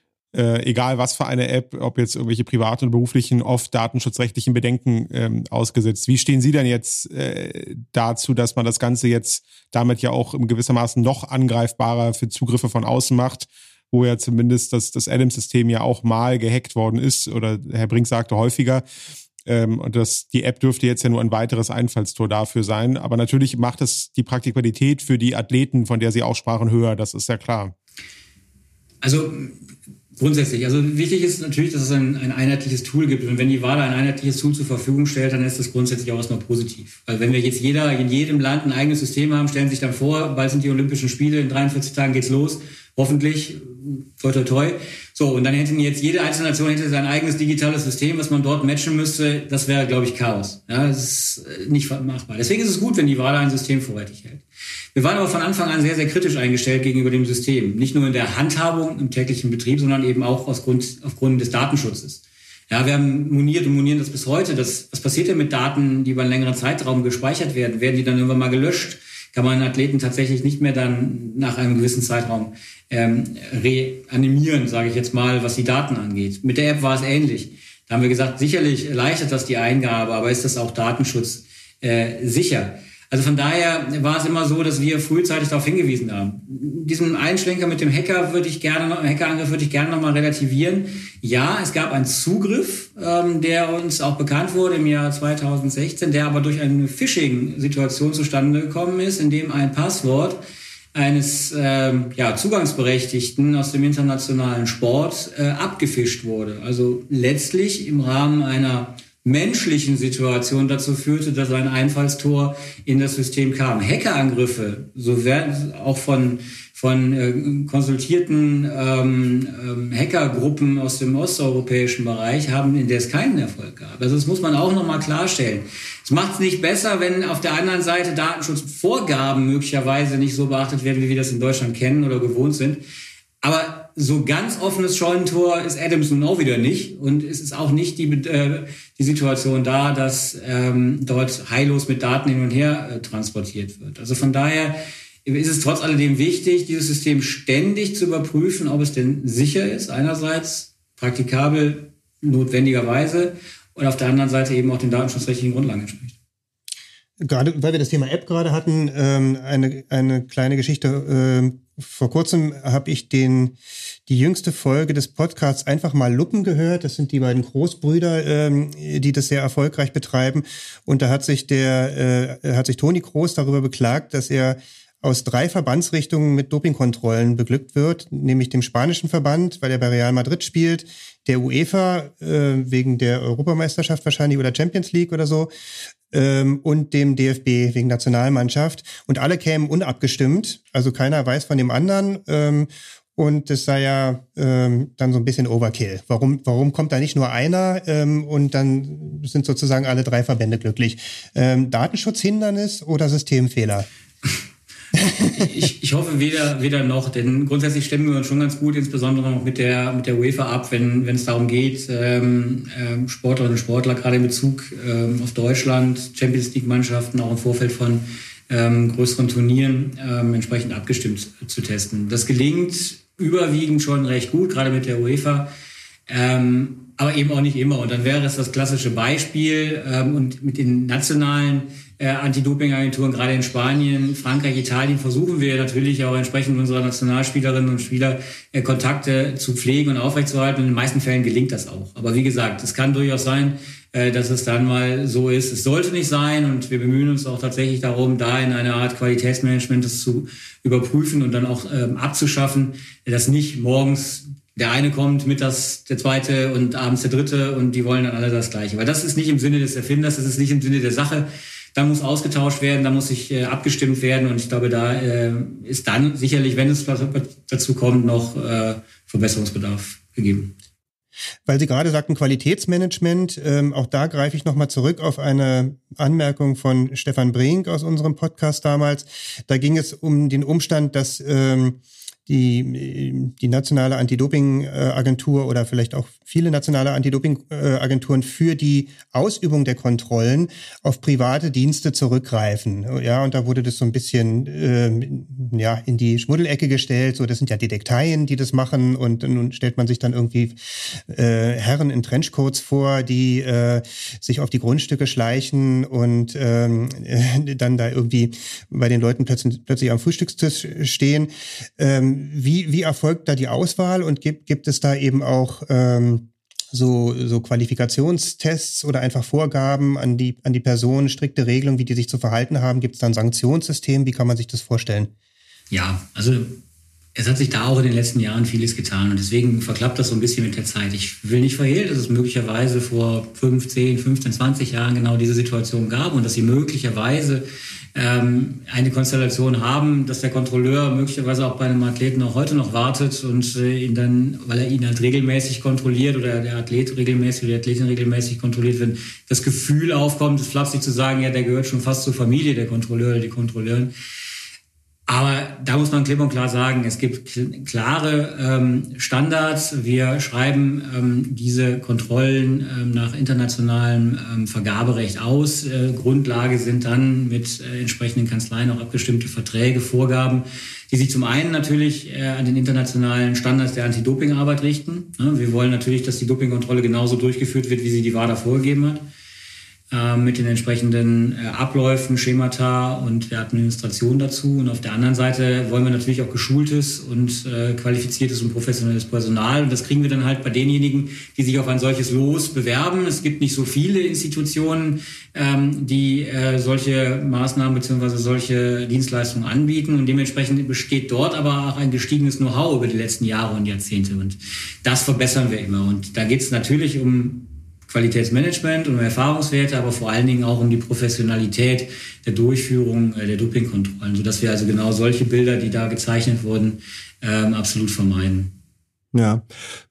egal was für eine App, ob jetzt irgendwelche privaten oder beruflichen, oft datenschutzrechtlichen Bedenken ausgesetzt. Wie stehen Sie denn jetzt dazu, dass man das Ganze jetzt damit ja auch in gewissermaßen noch angreifbarer für Zugriffe von außen macht, wo ja zumindest das Adams-System ja auch mal gehackt worden ist, oder Herr Brink sagte häufiger. Und die App dürfte jetzt ja nur ein weiteres Einfallstor dafür sein. Aber natürlich macht es die Praktikabilität für die Athleten, von der Sie auch sprachen, höher. Das ist ja klar. Also grundsätzlich, also wichtig ist natürlich, dass es ein einheitliches Tool gibt. Und wenn die WADA ein einheitliches Tool zur Verfügung stellt, dann ist das grundsätzlich auch erstmal positiv. Weil wenn wir jetzt in jedem Land ein eigenes System haben, stellen sich dann vor, bald sind die Olympischen Spiele, in 43 Tagen geht's los. Hoffentlich, toi, toi, toi. So, und dann hätten jetzt jede einzelne Nation hätte sein eigenes digitales System, was man dort matchen müsste. Das wäre, glaube ich, Chaos. Ja, das ist nicht machbar. Deswegen ist es gut, wenn die WADA ein System vorrätig hält. Wir waren aber von Anfang an sehr, sehr kritisch eingestellt gegenüber dem System. Nicht nur in der Handhabung im täglichen Betrieb, sondern eben auch aufgrund des Datenschutzes. Ja, wir haben moniert und monieren das bis heute. Was passiert denn mit Daten, die über einen längeren Zeitraum gespeichert werden? Werden die dann irgendwann mal gelöscht? Kann man Athleten tatsächlich nicht mehr dann nach einem gewissen Zeitraum reanimieren, sage ich jetzt mal, was die Daten angeht. Mit der App war es ähnlich. Da haben wir gesagt, sicherlich erleichtert das die Eingabe, aber ist das auch Datenschutz sicher? Also von daher war es immer so, dass wir frühzeitig darauf hingewiesen haben. Diesen Einschlenker mit dem Hackerangriff würde ich gerne noch mal relativieren. Ja, es gab einen Zugriff, der uns auch bekannt wurde im Jahr 2016, der aber durch eine Phishing-Situation zustande gekommen ist, in dem ein Passwort eines Zugangsberechtigten aus dem internationalen Sport abgefischt wurde. Also letztlich im Rahmen einer menschlichen Situation dazu führte, dass ein Einfallstor in das System kam. Hackerangriffe, so werden auch von konsultierten Hackergruppen aus dem osteuropäischen Bereich haben, in der es keinen Erfolg gab. Also das muss man auch nochmal klarstellen. Es macht es nicht besser, wenn auf der anderen Seite Datenschutzvorgaben möglicherweise nicht so beachtet werden, wie wir das in Deutschland kennen oder gewohnt sind. Aber so ganz offenes Scheunentor ist Adams nun auch wieder nicht. Und es ist auch nicht die Situation da, dass dort heillos mit Daten hin und her transportiert wird. Also von daher ist es trotz alledem wichtig, dieses System ständig zu überprüfen, ob es denn sicher ist. Einerseits praktikabel notwendigerweise und auf der anderen Seite eben auch den datenschutzrechtlichen Grundlagen entspricht. Gerade, weil wir das Thema App gerade hatten, eine kleine Geschichte. Vor kurzem habe ich die jüngste Folge des Podcasts Einfach mal Luppen gehört. Das sind die beiden Großbrüder, die das sehr erfolgreich betreiben. Und da hat sich Toni Kroos darüber beklagt, dass er aus 3 Verbandsrichtungen mit Dopingkontrollen beglückt wird, nämlich dem spanischen Verband, weil er bei Real Madrid spielt, der UEFA wegen der Europameisterschaft wahrscheinlich oder Champions League oder so, und dem DFB wegen Nationalmannschaft. Und alle kämen unabgestimmt, also keiner weiß von dem anderen. Und das sei ja dann so ein bisschen Overkill. Warum kommt da nicht nur einer und dann sind sozusagen alle 3 Verbände glücklich? Datenschutzhindernis oder Systemfehler? Ich hoffe weder noch, denn grundsätzlich stimmen wir uns schon ganz gut, insbesondere noch mit der UEFA ab, wenn es darum geht, Sportlerinnen und Sportler gerade in Bezug auf Deutschland, Champions League Mannschaften auch im Vorfeld von größeren Turnieren entsprechend abgestimmt zu testen. Das gelingt überwiegend schon recht gut, gerade mit der UEFA, aber eben auch nicht immer. Und dann wäre es das klassische Beispiel und mit den nationalen Anti-Doping-Agenturen, gerade in Spanien, Frankreich, Italien, versuchen wir natürlich auch entsprechend unserer Nationalspielerinnen und Spieler Kontakte zu pflegen und aufrechtzuerhalten. Und in den meisten Fällen gelingt das auch. Aber wie gesagt, es kann durchaus sein, dass es dann mal so ist. Es sollte nicht sein und wir bemühen uns auch tatsächlich darum, da in einer Art Qualitätsmanagement das zu überprüfen und dann auch abzuschaffen, dass nicht morgens der eine kommt, mittags der zweite und abends der dritte und die wollen dann alle das Gleiche. Weil das ist nicht im Sinne des Erfinders, das ist nicht im Sinne der Sache. Da muss ausgetauscht werden, da muss sich abgestimmt werden und ich glaube, da ist dann sicherlich, wenn es dazu kommt, noch Verbesserungsbedarf gegeben. Weil Sie gerade sagten Qualitätsmanagement, auch da greife ich nochmal zurück auf eine Anmerkung von Stefan Brink aus unserem Podcast damals. Da ging es um den Umstand, dass die nationale Anti-Doping-Agentur oder vielleicht auch viele nationale Anti-Doping-Agenturen für die Ausübung der Kontrollen auf private Dienste zurückgreifen. Ja, und da wurde das so ein bisschen in die Schmuddelecke gestellt. So, das sind ja Detekteien, die das machen, und nun stellt man sich dann irgendwie Herren in Trenchcoats vor, die sich auf die Grundstücke schleichen und dann da irgendwie bei den Leuten plötzlich am Frühstückstisch stehen. Wie erfolgt da die Auswahl, und gibt es da eben auch so Qualifikationstests oder einfach Vorgaben an die Personen, strikte Regelungen, wie die sich zu verhalten haben? Gibt es da ein Sanktionssystem? Wie kann man sich das vorstellen? Ja, also es hat sich da auch in den letzten Jahren vieles getan, und deswegen verklappt das so ein bisschen mit der Zeit. Ich will nicht verhehlen, dass es möglicherweise vor 15, 20 Jahren genau diese Situation gab und dass sie möglicherweise eine Konstellation haben, dass der Kontrolleur möglicherweise auch bei einem Athleten auch heute noch wartet und ihn dann, weil er ihn halt regelmäßig kontrolliert oder der Athlet regelmäßig oder die Athletin regelmäßig kontrolliert, wenn das Gefühl aufkommt, es flapsig zu sagen, ja, der gehört schon fast zur Familie, der Kontrolleur oder die Kontrolleurin. Aber da muss man klipp und klar sagen, es gibt klare Standards. Wir schreiben diese Kontrollen nach internationalem Vergaberecht aus. Grundlage sind dann mit entsprechenden Kanzleien auch abgestimmte Verträge, Vorgaben, die sich zum einen natürlich an den internationalen Standards der Anti-Doping-Arbeit richten. Wir wollen natürlich, dass die Dopingkontrolle genauso durchgeführt wird, wie sie die WADA vorgegeben hat, mit den entsprechenden Abläufen, Schemata und der Administration dazu. Und auf der anderen Seite wollen wir natürlich auch geschultes und qualifiziertes und professionelles Personal. Und das kriegen wir dann halt bei denjenigen, die sich auf ein solches Los bewerben. Es gibt nicht so viele Institutionen, die solche Maßnahmen bzw. solche Dienstleistungen anbieten. Und dementsprechend besteht dort aber auch ein gestiegenes Know-how über die letzten Jahre und Jahrzehnte. Und das verbessern wir immer. Und da geht es natürlich um Qualitätsmanagement und um Erfahrungswerte, aber vor allen Dingen auch um die Professionalität der Durchführung der Dopingkontrollen, sodass wir also genau solche Bilder, die da gezeichnet wurden, absolut vermeiden. Ja,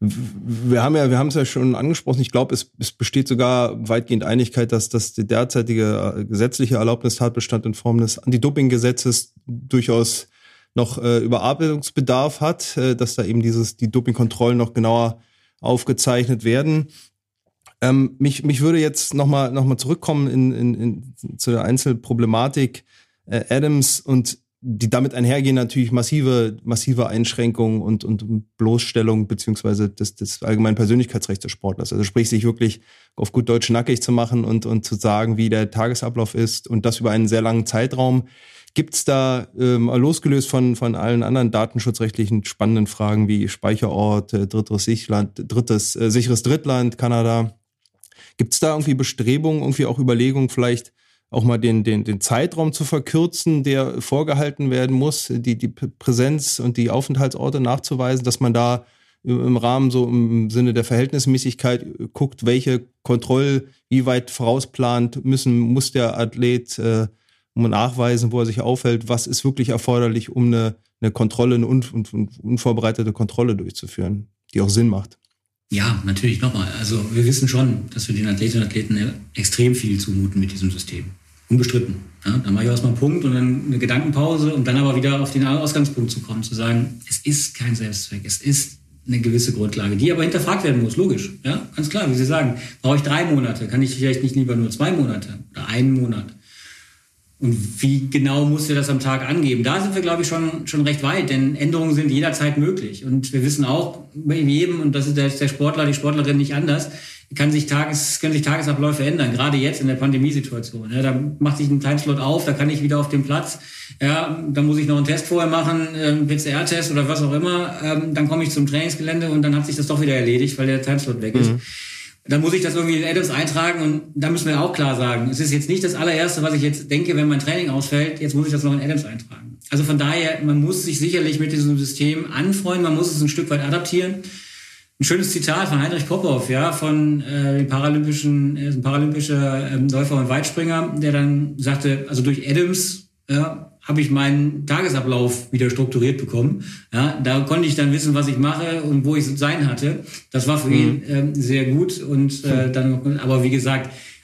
wir haben es ja schon angesprochen. Ich glaube, es besteht sogar weitgehend Einigkeit, dass der derzeitige gesetzliche Erlaubnistatbestand in Form des Anti-Doping-Gesetzes durchaus noch Überarbeitungsbedarf hat, dass da eben die Dopingkontrollen noch genauer aufgezeichnet werden. Mich würde jetzt noch mal zurückkommen zu der Einzelproblematik Adams und die damit einhergehen natürlich massive Einschränkungen und Bloßstellung beziehungsweise des allgemeinen Persönlichkeitsrechts des Sportlers. Also sprich, sich wirklich auf gut Deutsch nackig zu machen und zu sagen, wie der Tagesablauf ist, und das über einen sehr langen Zeitraum. Gibt's da, losgelöst von allen anderen datenschutzrechtlichen spannenden Fragen wie Speicherort, sicheres Drittland, Kanada, gibt's da irgendwie Bestrebungen, irgendwie auch Überlegungen, vielleicht auch mal den Zeitraum zu verkürzen, der vorgehalten werden muss, die Präsenz und die Aufenthaltsorte nachzuweisen, dass man da im Rahmen so im Sinne der Verhältnismäßigkeit guckt, welche wie weit vorausplant muss der Athlet nachweisen, wo er sich aufhält, was ist wirklich erforderlich, um eine Kontrolle, eine unvorbereitete Kontrolle durchzuführen, die auch Sinn macht. Ja, natürlich nochmal. Also wir wissen schon, dass wir den Athletinnen und Athleten extrem viel zumuten mit diesem System. Unbestritten. Ja, dann mache ich erstmal einen Punkt und dann eine Gedankenpause, um dann aber wieder auf den Ausgangspunkt zu kommen, zu sagen, es ist kein Selbstzweck, es ist eine gewisse Grundlage, die aber hinterfragt werden muss, logisch. Ja, ganz klar, wie Sie sagen, brauche ich 3 Monate, kann ich vielleicht nicht lieber nur 2 Monate oder 1 Monat? Und wie genau muss er das am Tag angeben? Da sind wir, glaube ich, schon recht weit, denn Änderungen sind jederzeit möglich. Und wir wissen auch, bei jedem, und das ist der Sportler, die Sportlerin nicht anders, können sich Tagesabläufe ändern, gerade jetzt in der Pandemiesituation. Ja, da macht sich ein Timeslot auf, da kann ich wieder auf den Platz, ja, da muss ich noch einen Test vorher machen, einen PCR-Test oder was auch immer, dann komme ich zum Trainingsgelände und dann hat sich das doch wieder erledigt, weil der Timeslot weg ist. Dann muss ich das irgendwie in Adams eintragen, und da müssen wir auch klar sagen, es ist jetzt nicht das allererste, was ich jetzt denke, wenn mein Training ausfällt, jetzt muss ich das noch in Adams eintragen. Also von daher, man muss sich sicherlich mit diesem System anfreunden, man muss es ein Stück weit adaptieren. Ein schönes Zitat von Heinrich Popov, ja, von dem paralympischer Läufer und Weitspringer, der dann sagte, also durch Adams habe ich meinen Tagesablauf wieder strukturiert bekommen. Ja, da konnte ich dann wissen, was ich mache und wo ich sein hatte. Das war für ihn sehr gut. Und aber wie gesagt,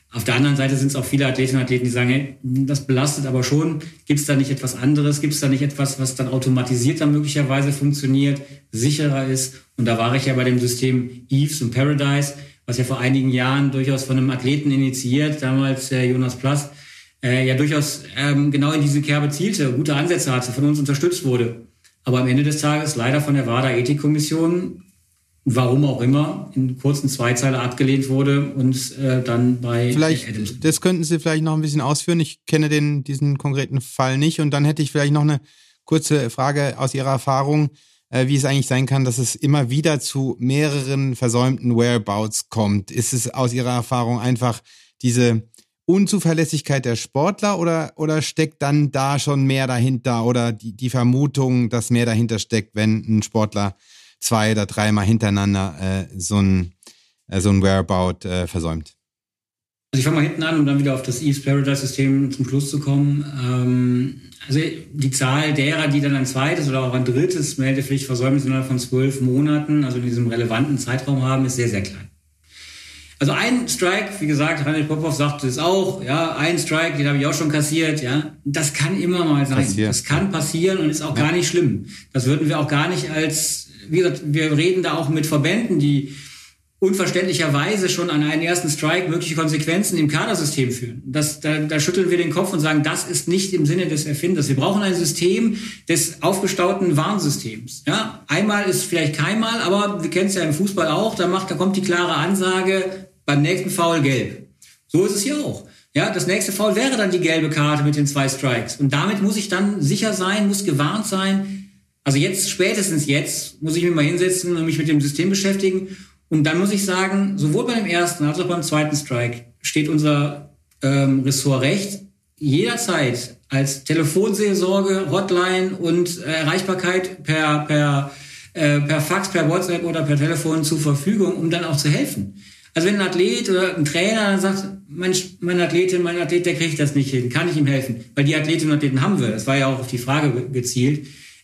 Auf der anderen Seite sind es auch viele Athletinnen und Athleten, die sagen, hey, das belastet aber schon. Gibt es da nicht etwas anderes? Gibt es da nicht etwas, was dann automatisiert dann möglicherweise funktioniert, sicherer ist? Und da war ich ja bei dem System Eves und Paradise, was ja vor einigen Jahren durchaus von einem Athleten initiiert, damals Jonas Plass, ja durchaus genau in diese Kerbe zielte, gute Ansätze hatte, von uns unterstützt wurde. Aber am Ende des Tages leider von der WADA-Ethikkommission, warum auch immer, in kurzen Zweizeiler abgelehnt wurde und dann bei vielleicht, das könnten Sie vielleicht noch ein bisschen ausführen. Ich kenne diesen konkreten Fall nicht. Und dann hätte ich vielleicht noch eine kurze Frage aus Ihrer Erfahrung, wie es eigentlich sein kann, dass es immer wieder zu mehreren versäumten Whereabouts kommt. Ist es aus Ihrer Erfahrung einfach diese Unzuverlässigkeit der Sportler oder steckt dann da schon mehr dahinter oder die Vermutung, dass mehr dahinter steckt, wenn ein Sportler 2 oder 3 Mal hintereinander so ein Whereabout versäumt? Also ich fange mal hinten an, um dann wieder auf das Eves Paradise-System zum Schluss zu kommen. Also die Zahl derer, die dann ein zweites oder auch ein drittes Meldepflichtversäumnis innerhalb von 12 Monaten, also in diesem relevanten Zeitraum haben, ist sehr, sehr klein. Also ein Strike, wie gesagt, Raniel Popov sagte es auch, ja, ein Strike, den habe ich auch schon kassiert, ja. Das kann immer mal sein. Das kann passieren und ist auch gar nicht schlimm. Das würden wir auch gar nicht wie gesagt, wir reden da auch mit Verbänden, die unverständlicherweise schon an einen ersten Strike mögliche Konsequenzen im Kadersystem führen. Da schütteln wir den Kopf und sagen, das ist nicht im Sinne des Erfinders. Wir brauchen ein System des aufgestauten Warnsystems. Ja, einmal ist vielleicht keinmal, aber wir kennen es ja im Fußball auch, da kommt die klare Ansage, beim nächsten Foul gelb. So ist es hier auch. Ja, das nächste Foul wäre dann die gelbe Karte mit den 2 Strikes. Und damit muss ich dann sicher sein, muss gewarnt sein. Also spätestens jetzt, muss ich mich mal hinsetzen und mich mit dem System beschäftigen. Und dann muss ich sagen, sowohl bei dem ersten als auch beim zweiten Strike steht unser Ressort recht, jederzeit als Telefonseelsorge, Hotline und Erreichbarkeit per Fax, per WhatsApp oder per Telefon zur Verfügung, um dann auch zu helfen. Also wenn ein Athlet oder ein Trainer dann sagt, mein Athlet, der kriegt das nicht hin, kann ich ihm helfen? Weil die Athletinnen und Athleten haben wir, das war ja auch auf die Frage gezielt,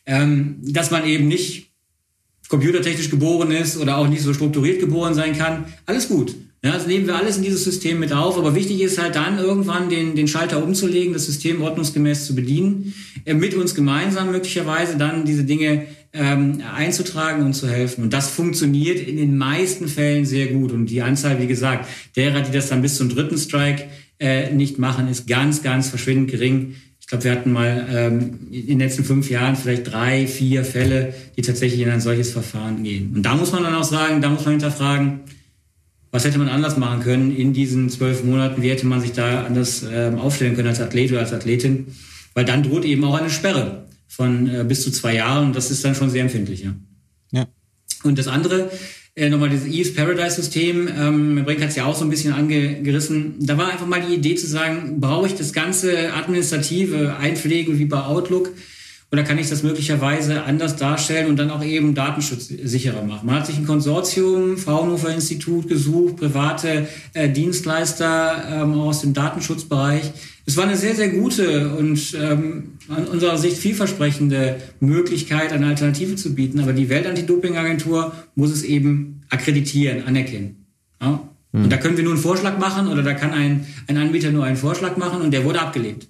dass man eben nicht computertechnisch geboren ist oder auch nicht so strukturiert geboren sein kann. Alles gut. Ja, das nehmen wir alles in dieses System mit auf. Aber wichtig ist halt dann irgendwann den Schalter umzulegen, das System ordnungsgemäß zu bedienen, mit uns gemeinsam möglicherweise dann diese Dinge einzutragen und zu helfen. Und das funktioniert in den meisten Fällen sehr gut. Und die Anzahl, wie gesagt, derer, die das dann bis zum 3. Strike nicht machen, ist ganz, ganz verschwindend gering. Ich glaube, wir hatten mal in den letzten 5 Jahren vielleicht 3, 4 Fälle, die tatsächlich in ein solches Verfahren gehen. Und da muss man dann auch sagen, da muss man hinterfragen, was hätte man anders machen können in diesen 12 Monaten? Wie hätte man sich da anders aufstellen können als Athlet oder als Athletin? Weil dann droht eben auch eine Sperre von bis zu 2 Jahren. Und das ist dann schon sehr empfindlich. Ja. Und das andere, nochmal dieses Eves Paradise-System, Brink hat es ja auch so ein bisschen angerissen. Da war einfach mal die Idee zu sagen, brauche ich das ganze administrative Einpflegen wie bei Outlook oder kann ich das möglicherweise anders darstellen und dann auch eben datenschutzsicherer machen? Man hat sich ein Konsortium, Fraunhofer Institut gesucht, private Dienstleister aus dem Datenschutzbereich. Es war eine sehr, sehr gute und an unserer Sicht vielversprechende Möglichkeit, eine Alternative zu bieten. Aber die Weltantidopingagentur muss es eben akkreditieren, anerkennen. Ja? Und da können wir nur einen Vorschlag machen oder da kann ein Anbieter nur einen Vorschlag machen und der wurde abgelehnt.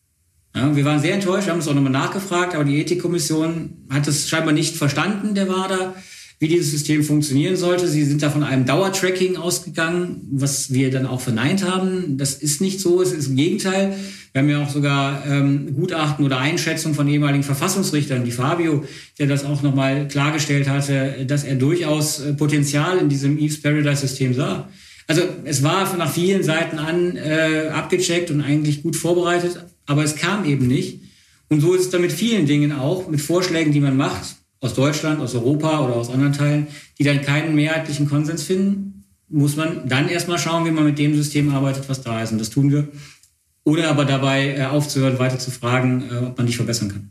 Ja, wir waren sehr enttäuscht, wir haben es auch nochmal nachgefragt, aber die Ethikkommission hat es scheinbar nicht verstanden, der WADA, wie dieses System funktionieren sollte. Sie sind da von einem Dauertracking ausgegangen, was wir dann auch verneint haben. Das ist nicht so, es ist im Gegenteil. Wir haben ja auch sogar Gutachten oder Einschätzungen von ehemaligen Verfassungsrichtern, wie Fabio, der das auch nochmal klargestellt hatte, dass er durchaus Potenzial in diesem Eves Paradise-System sah. Also es war nach vielen Seiten an abgecheckt und eigentlich gut vorbereitet, aber es kam eben nicht. Und so ist es dann mit vielen Dingen auch, mit Vorschlägen, die man macht, aus Deutschland, aus Europa oder aus anderen Teilen, die dann keinen mehrheitlichen Konsens finden, muss man dann erstmal schauen, wie man mit dem System arbeitet, was da ist. Und das tun wir. Oder aber dabei aufzuhören, weiter zu fragen, ob man nicht verbessern kann.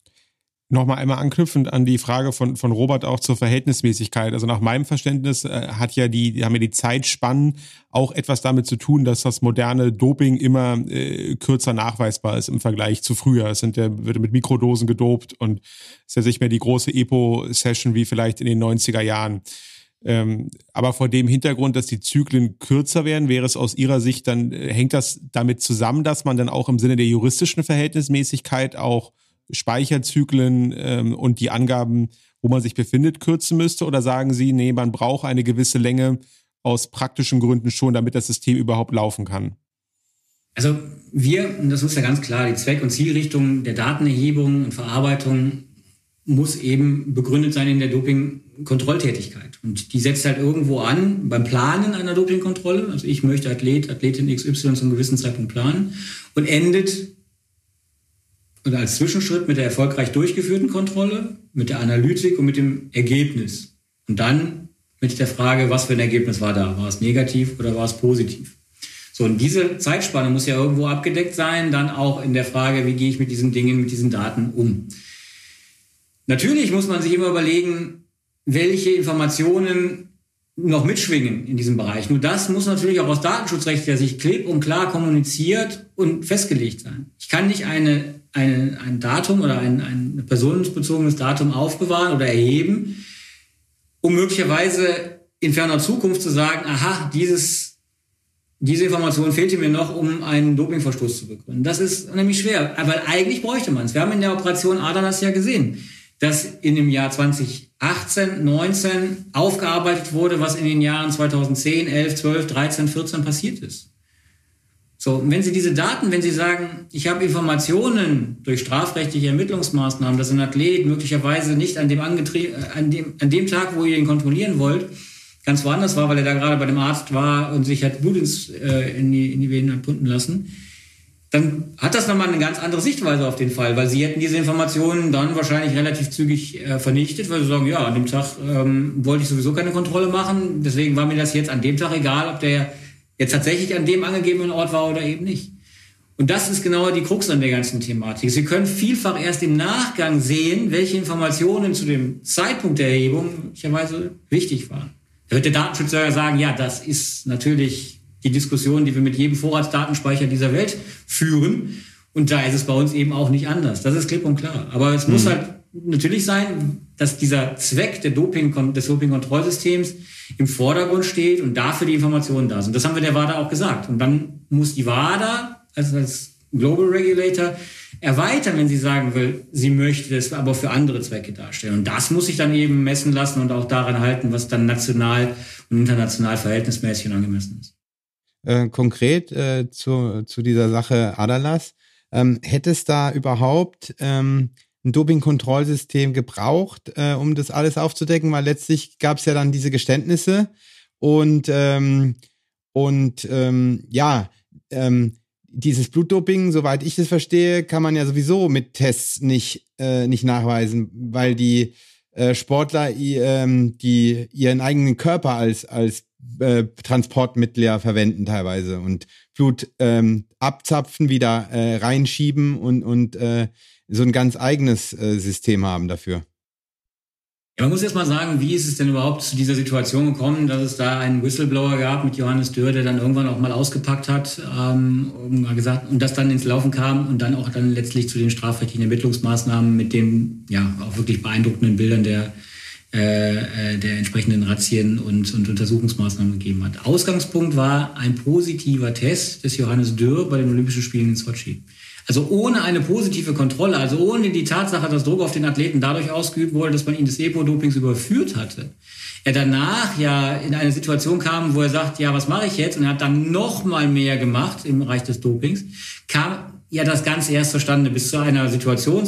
Nochmal einmal anknüpfend an die Frage von Robert auch zur Verhältnismäßigkeit. Also nach meinem Verständnis haben ja die Zeitspannen auch etwas damit zu tun, dass das moderne Doping immer kürzer nachweisbar ist im Vergleich zu früher. Es wird mit Mikrodosen gedopt und es ist ja nicht mehr die große EPO-Session wie vielleicht in den 90er Jahren. Aber vor dem Hintergrund, dass die Zyklen kürzer werden, wäre es aus Ihrer Sicht dann, hängt das damit zusammen, dass man dann auch im Sinne der juristischen Verhältnismäßigkeit auch Speicherzyklen und die Angaben, wo man sich befindet, kürzen müsste? Oder sagen Sie, nee, man braucht eine gewisse Länge aus praktischen Gründen schon, damit das System überhaupt laufen kann? Also und das ist ja ganz klar, die Zweck- und Zielrichtung der Datenerhebung und Verarbeitung muss eben begründet sein in der Doping-Kontrolltätigkeit. Und die setzt halt irgendwo an beim Planen einer Dopingkontrolle. Also ich möchte Athletin XY zu einem gewissen Zeitpunkt planen und endet oder als Zwischenschritt mit der erfolgreich durchgeführten Kontrolle, mit der Analytik und mit dem Ergebnis. Und dann mit der Frage, was für ein Ergebnis war da? War es negativ oder war es positiv? So, und diese Zeitspanne muss ja irgendwo abgedeckt sein, dann auch in der Frage, wie gehe ich mit diesen Dingen, mit diesen Daten um? Natürlich muss man sich immer überlegen, welche Informationen noch mitschwingen in diesem Bereich. Nur das muss natürlich auch aus datenschutzrechtlicher Sicht klipp und klar kommuniziert und festgelegt sein. Ich kann nicht ein Datum oder ein personenbezogenes Datum aufbewahren oder erheben, um möglicherweise in ferner Zukunft zu sagen, aha, diese Information fehlte mir noch, um einen Dopingverstoß zu begründen. Das ist nämlich schwer, aber eigentlich bräuchte man es. Wir haben in der Operation Adalas ja gesehen, dass in dem Jahr 2018, 19 aufgearbeitet wurde, was in den Jahren 2010, 11, 12, 13, 14 passiert ist. So, und wenn Sie diese Daten, wenn Sie sagen, ich habe Informationen durch strafrechtliche Ermittlungsmaßnahmen, dass ein Athlet möglicherweise nicht an dem Tag, wo ihr ihn kontrollieren wollt, ganz woanders war, weil er da gerade bei dem Arzt war und sich hat Blut in die Venen pumpen lassen, dann hat das nochmal eine ganz andere Sichtweise auf den Fall, weil Sie hätten diese Informationen dann wahrscheinlich relativ zügig vernichtet, weil Sie sagen, ja, an dem Tag wollte ich sowieso keine Kontrolle machen, deswegen war mir das jetzt an dem Tag egal, ob der jetzt tatsächlich an dem angegebenen Ort war oder eben nicht. Und das ist genau die Krux an der ganzen Thematik. Sie können vielfach erst im Nachgang sehen, welche Informationen zu dem Zeitpunkt der Erhebung möglicherweise wichtig waren. Da wird der Datenschützer sagen, ja, das ist natürlich die Diskussion, die wir mit jedem Vorratsdatenspeicher dieser Welt führen. Und da ist es bei uns eben auch nicht anders. Das ist klipp und klar. Aber es muss halt natürlich sein, dass dieser Zweck des Dopingkontrollsystems im Vordergrund steht und dafür die Informationen da sind. Das haben wir der WADA auch gesagt. Und dann muss die WADA als Global Regulator erweitern, wenn sie sagen will, sie möchte es aber für andere Zwecke darstellen. Und das muss sich dann eben messen lassen und auch daran halten, was dann national und international verhältnismäßig und angemessen ist. Konkret zu dieser Sache Adalas, hätte es da überhaupt ein Dopingkontrollsystem gebraucht, um das alles aufzudecken? Weil letztlich gab es ja dann diese Geständnisse und dieses Blutdoping, soweit ich das verstehe, kann man ja sowieso mit Tests nicht nachweisen, weil die Sportler die ihren eigenen Körper als Transportmittel ja verwenden teilweise und Blut abzapfen, wieder reinschieben und so ein ganz eigenes System haben dafür. Ja, man muss erst mal sagen, wie ist es denn überhaupt zu dieser Situation gekommen, dass es da einen Whistleblower gab mit Johannes Dürr, der dann irgendwann auch mal ausgepackt hat und das dann ins Laufen kam und dann auch letztlich zu den strafrechtlichen Ermittlungsmaßnahmen mit den ja auch wirklich beeindruckenden Bildern der entsprechenden Razzien und Untersuchungsmaßnahmen gegeben hat. Ausgangspunkt war ein positiver Test des Johannes Dürr bei den Olympischen Spielen in Sotschi. Also ohne eine positive Kontrolle, also ohne die Tatsache, dass Druck auf den Athleten dadurch ausgeübt wurde, dass man ihn des EPO-Dopings überführt hatte. Er danach ja in eine Situation kam, wo er sagt, ja, was mache ich jetzt? Und er hat dann noch mal mehr gemacht im Bereich des Dopings. Kam ja das Ganze erst zustande bis zu einer Situation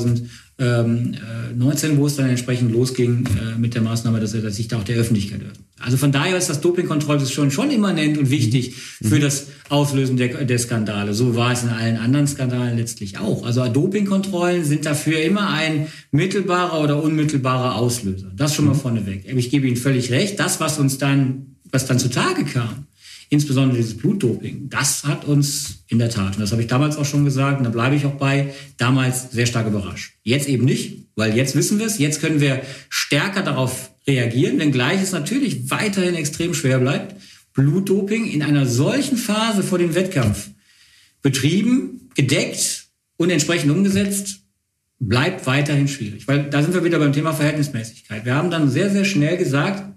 2019, wo es dann entsprechend losging mit der Maßnahme, dass er sich da auch der Öffentlichkeit öffnet. Also von daher ist das Dopingkontrollsystem schon immanent und wichtig für das Auslösen der Skandale. So war es in allen anderen Skandalen letztlich auch. Also Dopingkontrollen sind dafür immer ein mittelbarer oder unmittelbarer Auslöser. Das schon mal vorneweg. Ich gebe Ihnen völlig recht. Das, was dann zutage kam, insbesondere dieses Blutdoping, das hat uns in der Tat, und das habe ich damals auch schon gesagt, und da bleibe ich auch bei, damals sehr stark überrascht. Jetzt eben nicht, weil jetzt wissen wir es, jetzt können wir stärker darauf reagieren, wenngleich es natürlich weiterhin extrem schwer bleibt, Blutdoping in einer solchen Phase vor dem Wettkampf betrieben, gedeckt und entsprechend umgesetzt, bleibt weiterhin schwierig. Weil da sind wir wieder beim Thema Verhältnismäßigkeit. Wir haben dann sehr, sehr schnell gesagt,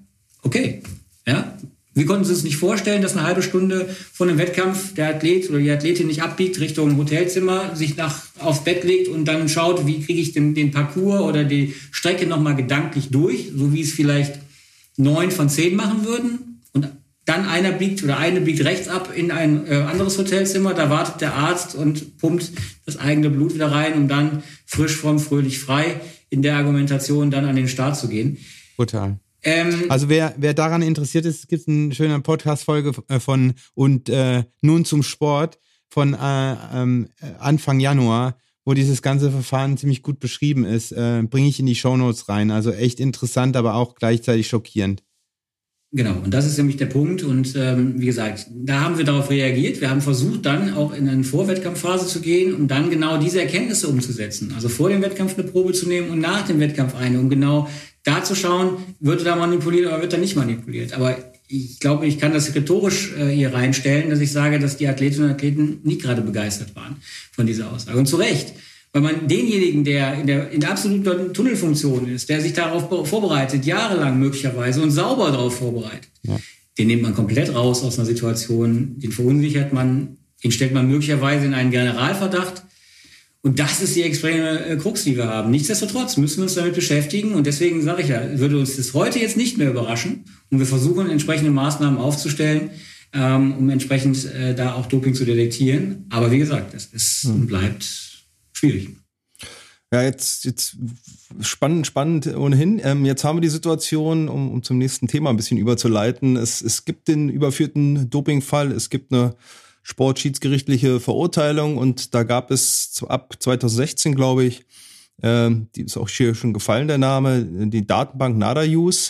okay, ja. Wir konnten uns es nicht vorstellen, dass eine halbe Stunde vor einem Wettkampf der Athlet oder die Athletin nicht abbiegt Richtung Hotelzimmer, sich aufs Bett legt und dann schaut, wie kriege ich den Parcours oder die Strecke nochmal gedanklich durch, so wie es vielleicht 9 von 10 machen würden. Und dann eine biegt rechts ab in ein anderes Hotelzimmer, da wartet der Arzt und pumpt das eigene Blut wieder rein, um dann frisch, fromm, fröhlich, frei in der Argumentation dann an den Start zu gehen. Total. Also wer daran interessiert ist, es gibt eine schöne Podcast-Folge von Nun zum Sport von Anfang Januar, wo dieses ganze Verfahren ziemlich gut beschrieben ist, bringe ich in die Shownotes rein. Also echt interessant, aber auch gleichzeitig schockierend. Genau, und das ist nämlich der Punkt. Und wie gesagt, da haben wir darauf reagiert. Wir haben versucht, dann auch in eine Vorwettkampfphase zu gehen, um dann genau diese Erkenntnisse umzusetzen. Also vor dem Wettkampf eine Probe zu nehmen und nach dem Wettkampf eine, um genau da zu schauen, wird da manipuliert oder wird da nicht manipuliert. Aber ich glaube, ich kann das rhetorisch hier reinstellen, dass ich sage, dass die Athletinnen und Athleten nicht gerade begeistert waren von dieser Aussage. Und zu Recht. Weil man denjenigen, der in der absoluten Tunnelfunktion ist, der sich darauf vorbereitet, jahrelang möglicherweise und sauber darauf vorbereitet, den nimmt man komplett raus aus einer Situation, den verunsichert man, den stellt man möglicherweise in einen Generalverdacht. Und das ist die extreme Krux, die wir haben. Nichtsdestotrotz müssen wir uns damit beschäftigen. Und deswegen sage ich ja, würde uns das heute jetzt nicht mehr überraschen. Und wir versuchen, entsprechende Maßnahmen aufzustellen, um entsprechend da auch Doping zu detektieren. Aber wie gesagt, das ist und bleibt schwierig. Ja, jetzt spannend ohnehin. Jetzt haben wir die Situation, um zum nächsten Thema ein bisschen überzuleiten. Es gibt den überführten Dopingfall, es gibt eine sportschiedsgerichtliche Verurteilung und da gab es ab 2016, glaube ich, die ist auch hier schon gefallen, der Name, die Datenbank NADA-Use,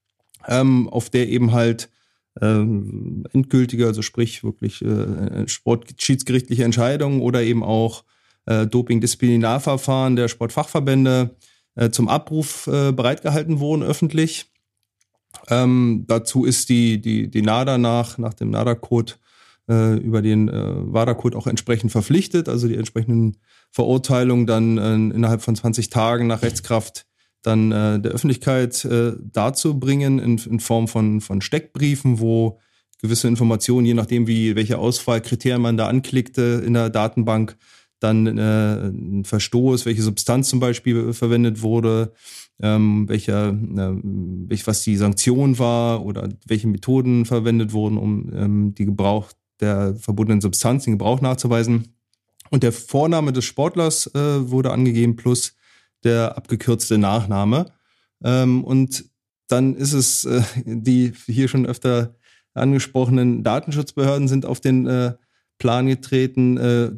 auf der eben halt endgültige, also sprich wirklich sportschiedsgerichtliche Entscheidungen oder eben auch Doping-Disziplinarverfahren der Sportfachverbände zum Abruf bereitgehalten wurden öffentlich. Dazu ist die NADA nach dem NADA-Code über den WADA-Code auch entsprechend verpflichtet, also die entsprechenden Verurteilungen dann innerhalb von 20 Tagen nach Rechtskraft dann der Öffentlichkeit darzubringen in Form von Steckbriefen, wo gewisse Informationen, je nachdem welche Auswahlkriterien man da anklickte in der Datenbank, dann ein Verstoß, welche Substanz zum Beispiel verwendet wurde, was die Sanktion war oder welche Methoden verwendet wurden, um die Gebrauch der verbotenen Substanz, den Gebrauch nachzuweisen. Und der Vorname des Sportlers wurde angegeben plus der abgekürzte Nachname. Und dann ist es, die hier schon öfter angesprochenen Datenschutzbehörden sind auf den Plan getreten,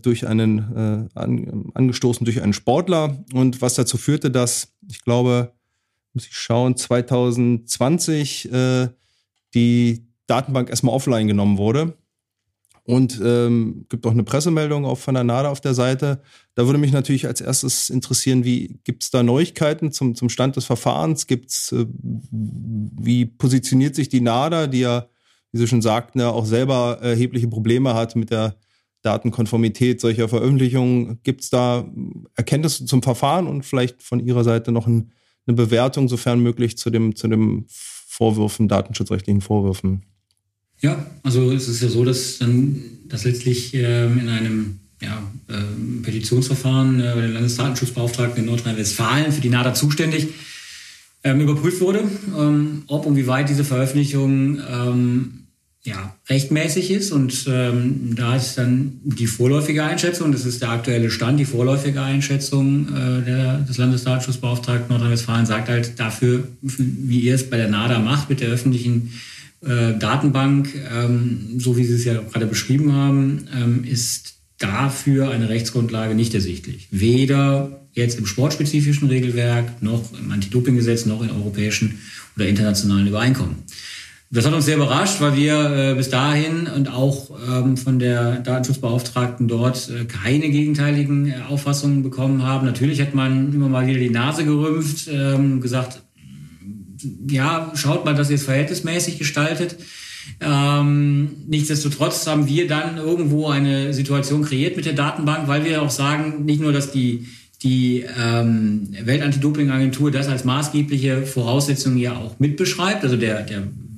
angestoßen durch einen Sportler. Und was dazu führte, dass, ich glaube, muss ich schauen, 2020 die Datenbank erstmal offline genommen wurde. Und gibt auch eine Pressemeldung auch von der NADA auf der Seite. Da würde mich natürlich als erstes interessieren, gibt es da Neuigkeiten zum Stand des Verfahrens? Wie positioniert sich die NADA, die ja, wie Sie schon sagten, ja auch selber erhebliche Probleme hat mit der Datenkonformität solcher Veröffentlichungen? Gibt es da Erkenntnisse zum Verfahren und vielleicht von Ihrer Seite noch eine Bewertung, sofern möglich, zu dem Vorwürfen, datenschutzrechtlichen Vorwürfen? Ja, also es ist ja so, dass letztlich in einem Petitionsverfahren bei den Landesdatenschutzbeauftragten in Nordrhein-Westfalen für die NADA zuständig überprüft wurde, ob und wie weit diese Veröffentlichung rechtmäßig ist. Und da ist dann die vorläufige Einschätzung, das ist der aktuelle Stand, die vorläufige Einschätzung des Landesdatenschutzbeauftragten Nordrhein-Westfalen sagt halt dafür, wie ihr es bei der NADA macht mit der öffentlichen Datenbank, so wie Sie es ja gerade beschrieben haben, ist dafür eine Rechtsgrundlage nicht ersichtlich. Weder jetzt im sportspezifischen Regelwerk, noch im Anti-Doping-Gesetz, noch in europäischen oder internationalen Übereinkommen. Das hat uns sehr überrascht, weil wir bis dahin und auch von der Datenschutzbeauftragten dort keine gegenteiligen Auffassungen bekommen haben. Natürlich hat man immer mal wieder die Nase gerümpft, gesagt, ja, schaut mal, dass ihr es verhältnismäßig gestaltet. Nichtsdestotrotz haben wir dann irgendwo eine Situation kreiert mit der Datenbank, weil wir auch sagen, nicht nur, dass die Weltantidoping-Agentur das als maßgebliche Voraussetzung ja auch mitbeschreibt, also der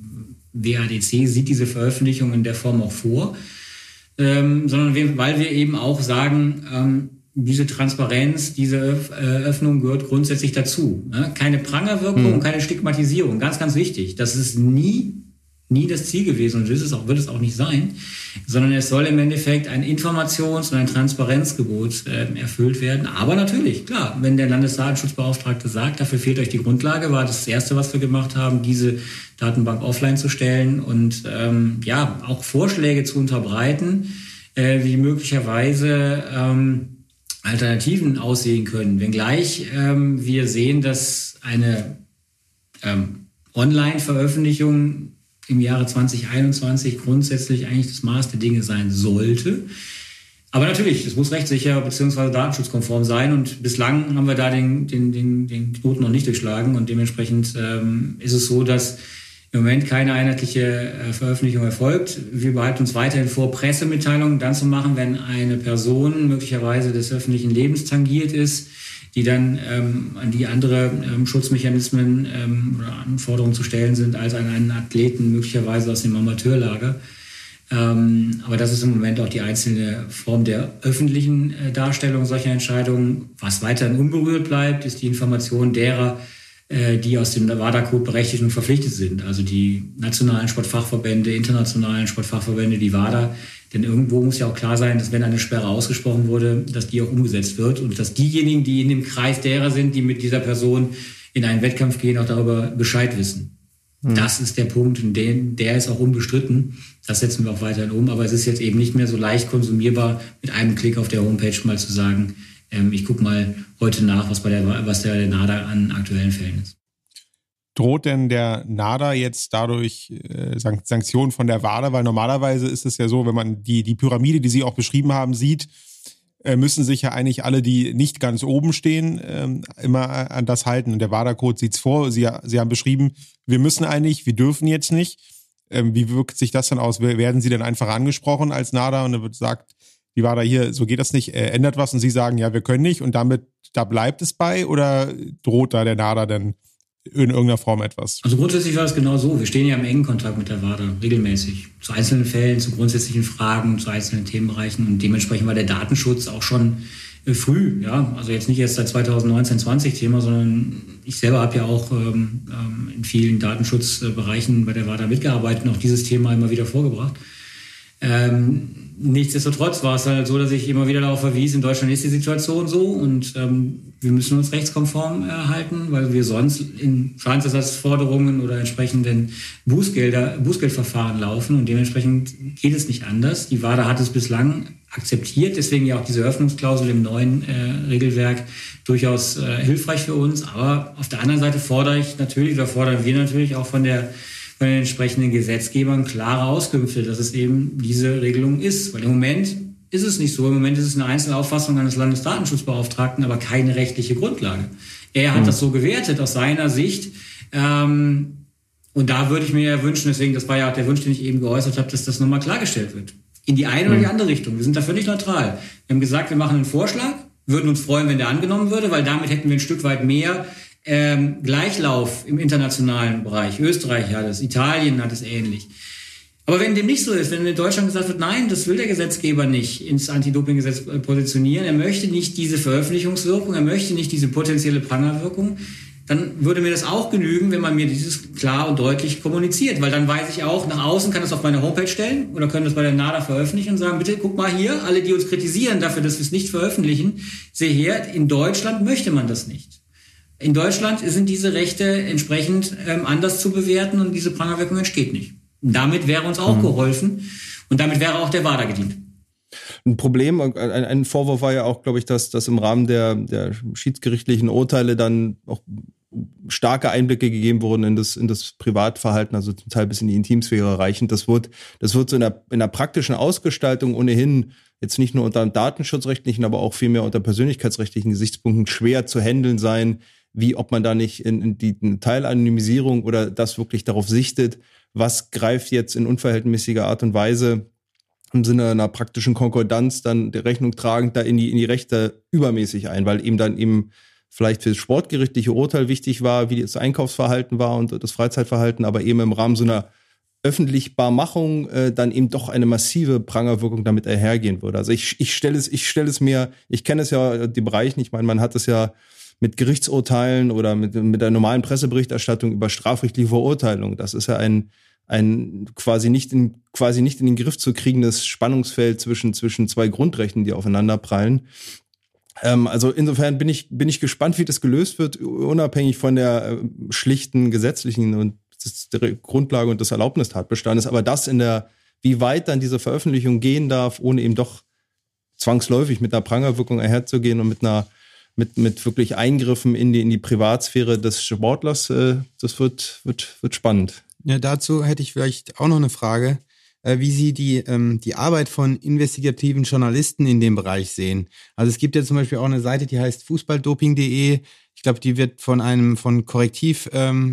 WADC sieht diese Veröffentlichung in der Form auch vor, sondern weil wir eben auch sagen, diese Transparenz, diese Öffnung gehört grundsätzlich dazu. Ne? Keine Prangerwirkung, keine Stigmatisierung, ganz, ganz wichtig. Das ist nie das Ziel gewesen und wird es auch nicht sein, sondern es soll im Endeffekt ein Informations- und ein Transparenzgebot erfüllt werden. Aber natürlich, klar, wenn der Landesdatenschutzbeauftragte sagt, dafür fehlt euch die Grundlage, war das Erste, was wir gemacht haben, diese Datenbank offline zu stellen und auch Vorschläge zu unterbreiten, wie möglicherweise Alternativen aussehen können. Wenngleich wir sehen, dass eine Online-Veröffentlichung im Jahre 2021 grundsätzlich eigentlich das Maß der Dinge sein sollte. Aber natürlich, es muss rechtssicher bzw. datenschutzkonform sein und bislang haben wir da den Knoten noch nicht durchschlagen und dementsprechend ist es so, dass im Moment keine einheitliche Veröffentlichung erfolgt. Wir behalten uns weiterhin vor, Pressemitteilungen dann zu machen, wenn eine Person möglicherweise des öffentlichen Lebens tangiert ist, die dann an die andere Schutzmechanismen oder Anforderungen zu stellen sind als an einen Athleten möglicherweise aus dem Amateurlager. Aber das ist im Moment auch die einzelne Form der öffentlichen Darstellung solcher Entscheidungen. Was weiterhin unberührt bleibt, ist die Information derer, die aus dem WADA-Code berechtigt und verpflichtet sind. Also die nationalen Sportfachverbände, internationalen Sportfachverbände, die WADA. Denn irgendwo muss ja auch klar sein, dass wenn eine Sperre ausgesprochen wurde, dass die auch umgesetzt wird und dass diejenigen, die in dem Kreis derer sind, die mit dieser Person in einen Wettkampf gehen, auch darüber Bescheid wissen. Das ist der Punkt und der ist auch unbestritten. Das setzen wir auch weiterhin um. Aber es ist jetzt eben nicht mehr so leicht konsumierbar, mit einem Klick auf der Homepage mal zu sagen, ich gucke mal heute nach, was der NADA an aktuellen Fällen ist. Droht denn der NADA jetzt dadurch Sanktionen von der WADA? Weil normalerweise ist es ja so, wenn man die Pyramide, die Sie auch beschrieben haben, sieht, müssen sich ja eigentlich alle, die nicht ganz oben stehen, immer an das halten. Und der WADA-Code sieht es vor. Sie haben beschrieben, wir müssen eigentlich, wir dürfen jetzt nicht. Wie wirkt sich das dann aus? Werden Sie dann einfach angesprochen als NADA und dann wird gesagt, die WADA hier, so geht das nicht, ändert was und Sie sagen, ja, wir können nicht und damit, da bleibt es bei oder droht da der NADA denn in irgendeiner Form etwas? Also grundsätzlich war das genau so. Wir stehen ja im engen Kontakt mit der WADA, regelmäßig. Zu einzelnen Fällen, zu grundsätzlichen Fragen, zu einzelnen Themenbereichen und dementsprechend war der Datenschutz auch schon früh, ja, also jetzt nicht erst seit 2019, 20 Thema, sondern ich selber habe ja auch in vielen Datenschutzbereichen bei der WADA mitgearbeitet und auch dieses Thema immer wieder vorgebracht. Nichtsdestotrotz war es halt so, dass ich immer wieder darauf verwies, in Deutschland ist die Situation so und wir müssen uns rechtskonform halten, weil wir sonst in Schadensersatzforderungen oder entsprechenden Bußgeldverfahren laufen und dementsprechend geht es nicht anders. Die WADA hat es bislang akzeptiert, deswegen ja auch diese Öffnungsklausel im neuen Regelwerk durchaus hilfreich für uns. Aber auf der anderen Seite fordern wir natürlich auch von den entsprechenden Gesetzgebern klare Auskünfte, dass es eben diese Regelung ist. Weil im Moment ist es nicht so. Im Moment ist es eine Einzelauffassung eines Landesdatenschutzbeauftragten, aber keine rechtliche Grundlage. Er hat das so gewertet aus seiner Sicht. Und da würde ich mir ja wünschen, deswegen, das war ja auch der Wunsch, den ich eben geäußert habe, dass das nochmal klargestellt wird. In die eine oder die andere Richtung. Wir sind da völlig neutral. Wir haben gesagt, wir machen einen Vorschlag, würden uns freuen, wenn der angenommen würde, weil damit hätten wir ein Stück weit mehr Gleichlauf im internationalen Bereich. Österreich hat es, Italien hat es ähnlich. Aber wenn dem nicht so ist, wenn in Deutschland gesagt wird, nein, das will der Gesetzgeber nicht ins Anti-Doping-Gesetz positionieren, er möchte nicht diese Veröffentlichungswirkung, er möchte nicht diese potenzielle Prangerwirkung, dann würde mir das auch genügen, wenn man mir dieses klar und deutlich kommuniziert. Weil dann weiß ich auch, nach außen kann das auf meine Homepage stellen oder können das bei der NADA veröffentlichen und sagen, bitte guck mal hier, alle, die uns kritisieren dafür, dass wir es nicht veröffentlichen, sehe her, in Deutschland möchte man das nicht. In Deutschland sind diese Rechte entsprechend anders zu bewerten und diese Prangerwirkung entsteht nicht. Und damit wäre uns auch geholfen und damit wäre auch der WADA gedient. Ein Problem, ein Vorwurf war ja auch, glaube ich, dass im Rahmen der schiedsgerichtlichen Urteile dann auch starke Einblicke gegeben wurden in das Privatverhalten, also zum Teil bis in die Intimsphäre reichend. Das wird so in der praktischen Ausgestaltung ohnehin jetzt nicht nur unter datenschutzrechtlichen, aber auch vielmehr unter persönlichkeitsrechtlichen Gesichtspunkten schwer zu handeln sein, wie ob man da nicht in die Teilanonymisierung oder das wirklich darauf sichtet, was greift jetzt in unverhältnismäßiger Art und Weise im Sinne einer praktischen Konkordanz dann der Rechnung tragend da in die Rechte übermäßig ein, weil eben dann eben vielleicht für das sportgerichtliche Urteil wichtig war, wie das Einkaufsverhalten war und das Freizeitverhalten, aber eben im Rahmen so einer Öffentlichbarmachung dann eben doch eine massive Prangerwirkung damit einhergehen würde. Also ich stelle es mir, ich kenne es ja, die Bereiche nicht, ich meine, man hat es ja mit Gerichtsurteilen oder mit der normalen Presseberichterstattung über strafrechtliche Verurteilung. Das ist ja ein quasi nicht in den Griff zu kriegendes Spannungsfeld zwischen zwei Grundrechten, die aufeinander prallen. Also insofern bin ich gespannt, wie das gelöst wird, unabhängig von der schlichten gesetzlichen und der Grundlage und des Erlaubnistatbestandes. Aber wie weit dann diese Veröffentlichung gehen darf, ohne eben doch zwangsläufig mit einer Prangerwirkung einherzugehen und mit wirklich Eingriffen in die Privatsphäre des Sportlers, das wird spannend. Ja, dazu hätte ich vielleicht auch noch eine Frage, wie Sie die Arbeit von investigativen Journalisten in dem Bereich sehen. Also es gibt ja zum Beispiel auch eine Seite, die heißt fußballdoping.de. Ich glaube, die wird von Korrektiv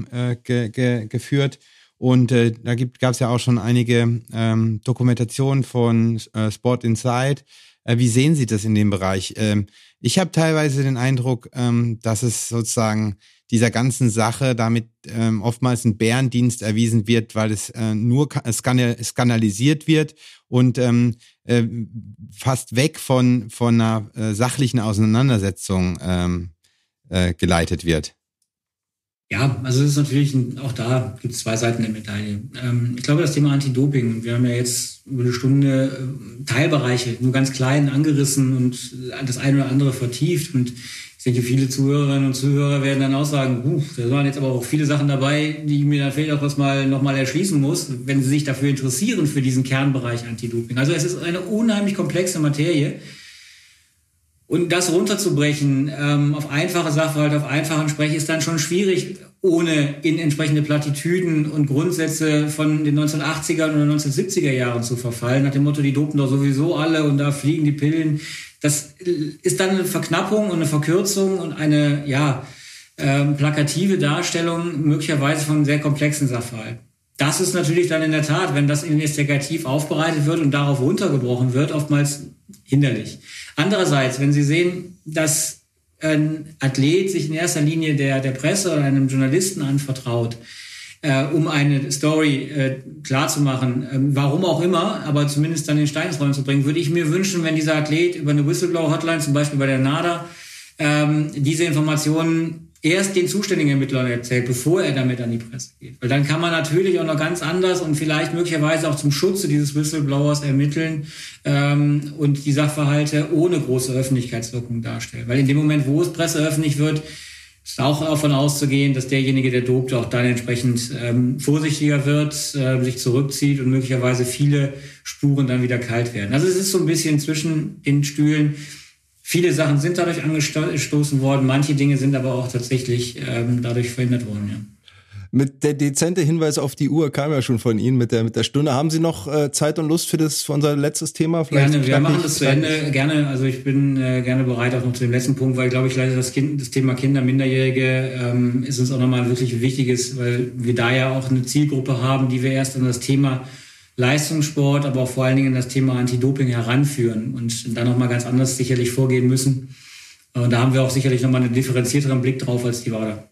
geführt. Und da gab es ja auch schon einige Dokumentationen von Sport Insight. Wie sehen Sie das in dem Bereich? Ich habe teilweise den Eindruck, dass es sozusagen dieser ganzen Sache damit oftmals ein Bärendienst erwiesen wird, weil es nur skandalisiert wird und fast weg von einer sachlichen Auseinandersetzung geleitet wird. Ja, also es ist natürlich, auch da gibt es zwei Seiten der Medaille. Ich glaube, das Thema Anti-Doping, wir haben ja jetzt über eine Stunde Teilbereiche nur ganz klein angerissen und das eine oder andere vertieft. Und ich denke, viele Zuhörerinnen und Zuhörer werden dann auch sagen, da waren jetzt aber auch viele Sachen dabei, die ich mir dann vielleicht auch nochmal erschließen muss, wenn sie sich dafür interessieren, für diesen Kernbereich Anti-Doping. Also es ist eine unheimlich komplexe Materie. Und das runterzubrechen auf einfache Sachverhalte, auf einfachen Sprech, ist dann schon schwierig, ohne in entsprechende Plattitüden und Grundsätze von den 1980er oder 1970er Jahren zu verfallen, nach dem Motto, die dopen doch sowieso alle und da fliegen die Pillen. Das ist dann eine Verknappung und eine Verkürzung und eine plakative Darstellung möglicherweise von sehr komplexen Sachverhalten. Das ist natürlich dann in der Tat, wenn das investigativ aufbereitet wird und darauf runtergebrochen wird, oftmals hinderlich. Andererseits, wenn Sie sehen, dass ein Athlet sich in erster Linie der Presse oder einem Journalisten anvertraut, um eine Story klarzumachen, warum auch immer, aber zumindest dann den Stein ins Rollen zu bringen, würde ich mir wünschen, wenn dieser Athlet über eine Whistleblower-Hotline, zum Beispiel bei der NADA, diese Informationen erst den zuständigen Ermittlern erzählt, bevor er damit an die Presse geht. Weil dann kann man natürlich auch noch ganz anders und vielleicht möglicherweise auch zum Schutze dieses Whistleblowers ermitteln und die Sachverhalte ohne große Öffentlichkeitswirkung darstellen. Weil in dem Moment, wo es presseöffentlich wird, ist auch davon auszugehen, dass derjenige, der dopt, auch dann entsprechend vorsichtiger wird, sich zurückzieht und möglicherweise viele Spuren dann wieder kalt werden. Also es ist so ein bisschen zwischen den Stühlen. Viele Sachen sind dadurch angestoßen worden, manche Dinge sind aber auch tatsächlich dadurch verhindert worden. Ja. Mit der dezente Hinweis auf die Uhr kam ja schon von Ihnen mit der Stunde. Haben Sie noch Zeit und Lust für unser letztes Thema? Vielleicht gerne, wir machen das zu Ende. Gerne, also ich bin gerne bereit auch noch zu dem letzten Punkt, weil, glaube ich, leider das Thema Kinder, Minderjährige ist uns auch nochmal wirklich wichtiges, weil wir da ja auch eine Zielgruppe haben, die wir erst an das Thema Leistungssport, aber auch vor allen Dingen das Thema Anti-Doping heranführen und dann nochmal ganz anders sicherlich vorgehen müssen. Und da haben wir auch sicherlich nochmal einen differenzierteren Blick drauf als die WADA.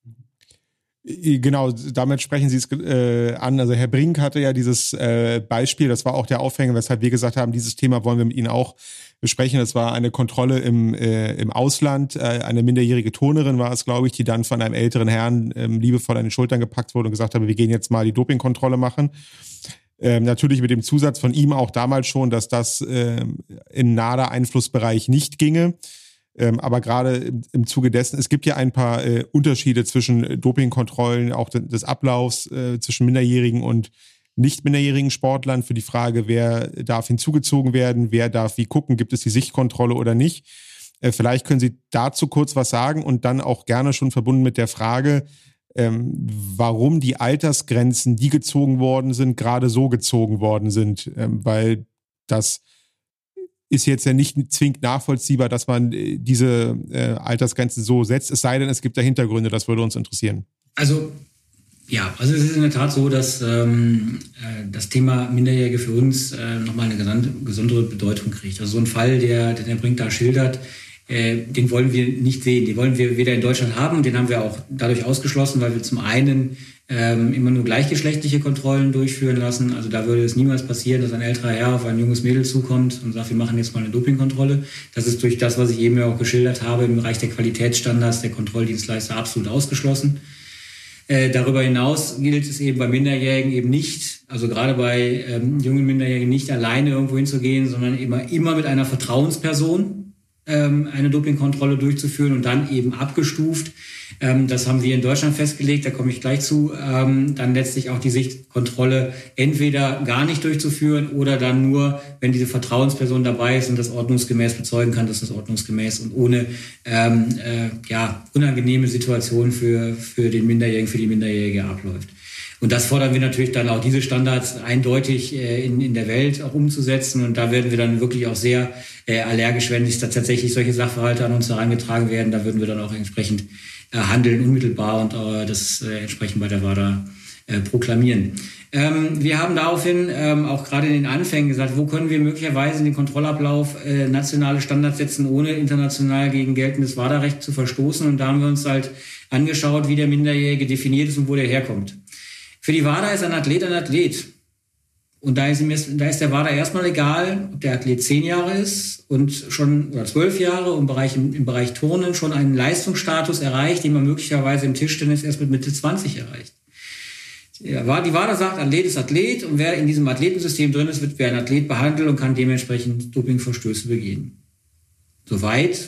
Genau, damit sprechen Sie es an. Also Herr Brink hatte ja dieses Beispiel, das war auch der Aufhänger, weshalb wir gesagt haben, dieses Thema wollen wir mit Ihnen auch besprechen. Das war eine Kontrolle im Ausland. Eine minderjährige Turnerin war es, glaube ich, die dann von einem älteren Herrn liebevoll an den Schultern gepackt wurde und gesagt hat, wir gehen jetzt mal die Dopingkontrolle machen. Natürlich mit dem Zusatz von ihm auch damals schon, dass das in NADA-Einflussbereich nicht ginge. Aber gerade im Zuge dessen, es gibt ja ein paar Unterschiede zwischen Dopingkontrollen, auch des Ablaufs zwischen minderjährigen und nicht minderjährigen Sportlern für die Frage, wer darf hinzugezogen werden, wer darf wie gucken, gibt es die Sichtkontrolle oder nicht. Vielleicht können Sie dazu kurz was sagen und dann auch gerne schon verbunden mit der Frage, warum die Altersgrenzen, die gezogen worden sind, gerade so gezogen worden sind. Weil das ist jetzt ja nicht zwingend nachvollziehbar, dass man diese Altersgrenzen so setzt. Es sei denn, es gibt da Hintergründe, das würde uns interessieren. Also es ist in der Tat so, dass das Thema Minderjährige für uns nochmal eine gesondere Bedeutung kriegt. Also so ein Fall, den Herr Brink da schildert, den wollen wir nicht sehen. Den wollen wir weder in Deutschland haben, den haben wir auch dadurch ausgeschlossen, weil wir zum einen immer nur gleichgeschlechtliche Kontrollen durchführen lassen. Also da würde es niemals passieren, dass ein älterer Herr auf ein junges Mädel zukommt und sagt, wir machen jetzt mal eine Dopingkontrolle. Das ist durch das, was ich eben ja auch geschildert habe, im Bereich der Qualitätsstandards der Kontrolldienstleister absolut ausgeschlossen. Darüber hinaus gilt es eben bei Minderjährigen eben nicht, also gerade bei jungen Minderjährigen nicht alleine irgendwo hinzugehen, sondern immer mit einer Vertrauensperson eine Dopingkontrolle durchzuführen und dann eben abgestuft. Das haben wir in Deutschland festgelegt, da komme ich gleich zu, dann letztlich auch die Sichtkontrolle entweder gar nicht durchzuführen oder dann nur, wenn diese Vertrauensperson dabei ist und das ordnungsgemäß bezeugen kann, dass das ordnungsgemäß und ohne unangenehme Situationen für den Minderjährigen, für die Minderjährige abläuft. Und das fordern wir natürlich dann auch, diese Standards eindeutig in der Welt auch umzusetzen. Und da werden wir dann wirklich auch sehr allergisch, wenn sich da tatsächlich solche Sachverhalte an uns herangetragen werden. Da würden wir dann auch entsprechend handeln unmittelbar und das entsprechend bei der WADA proklamieren. Wir haben daraufhin auch gerade in den Anfängen gesagt, wo können wir möglicherweise in den Kontrollablauf nationale Standards setzen, ohne international gegen geltendes WADA-Recht zu verstoßen. Und da haben wir uns halt angeschaut, wie der Minderjährige definiert ist und wo der herkommt. Für die WADA ist ein Athlet ein Athlet. Und da ist der WADA erstmal egal, ob der Athlet 10 Jahre ist und schon oder 12 Jahre im Bereich Turnen schon einen Leistungsstatus erreicht, den man möglicherweise im Tischtennis erst mit Mitte 20 erreicht. Die WADA sagt, Athlet ist Athlet und wer in diesem Athletensystem drin ist, wird wie ein Athlet behandelt und kann dementsprechend Dopingverstöße begehen. Soweit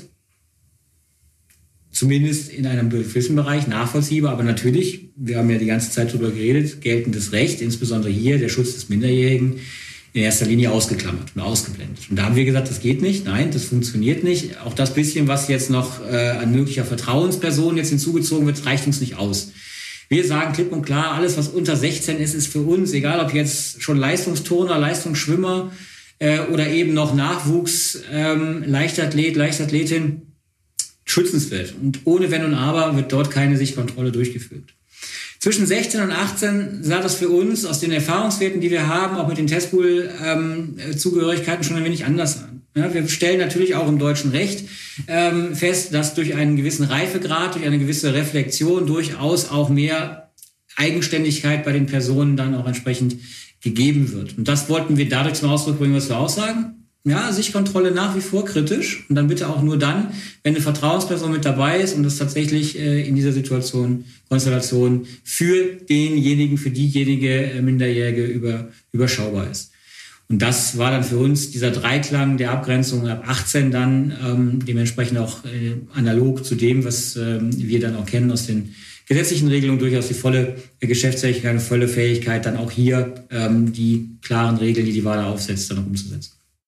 zumindest in einem gewissen Bereich nachvollziehbar, aber natürlich, wir haben ja die ganze Zeit darüber geredet, geltendes Recht, insbesondere hier der Schutz des Minderjährigen, in erster Linie ausgeklammert und ausgeblendet. Und da haben wir gesagt, das geht nicht, nein, das funktioniert nicht. Auch das bisschen, was jetzt noch an möglicher Vertrauensperson jetzt hinzugezogen wird, reicht uns nicht aus. Wir sagen klipp und klar, alles, was unter 16 ist, ist für uns, egal ob jetzt schon Leistungsturner, Leistungsschwimmer oder eben noch Nachwuchs, Leichtathlet, Leichtathletin, schützenswert. Und ohne Wenn und Aber wird dort keine Sichtkontrolle durchgeführt. Zwischen 16 und 18 sah das für uns aus den Erfahrungswerten, die wir haben, auch mit den Testpool-Zugehörigkeiten schon ein wenig anders an. Ja, wir stellen natürlich auch im deutschen Recht fest, dass durch einen gewissen Reifegrad, durch eine gewisse Reflexion durchaus auch mehr Eigenständigkeit bei den Personen dann auch entsprechend gegeben wird. Und das wollten wir dadurch zum Ausdruck bringen, was wir auch sagen. Ja, Sichtkontrolle nach wie vor kritisch und dann bitte auch nur dann, wenn eine Vertrauensperson mit dabei ist und das tatsächlich in dieser Konstellation für denjenigen, für diejenige Minderjährige überschaubar ist. Und das war dann für uns dieser Dreiklang der Abgrenzung ab 18 dann dementsprechend auch analog zu dem, was wir dann auch kennen aus den gesetzlichen Regelungen, durchaus die volle Geschäftsfähigkeit und volle Fähigkeit, dann auch hier die klaren Regeln, die die WADA aufsetzt, dann auch umzusetzen.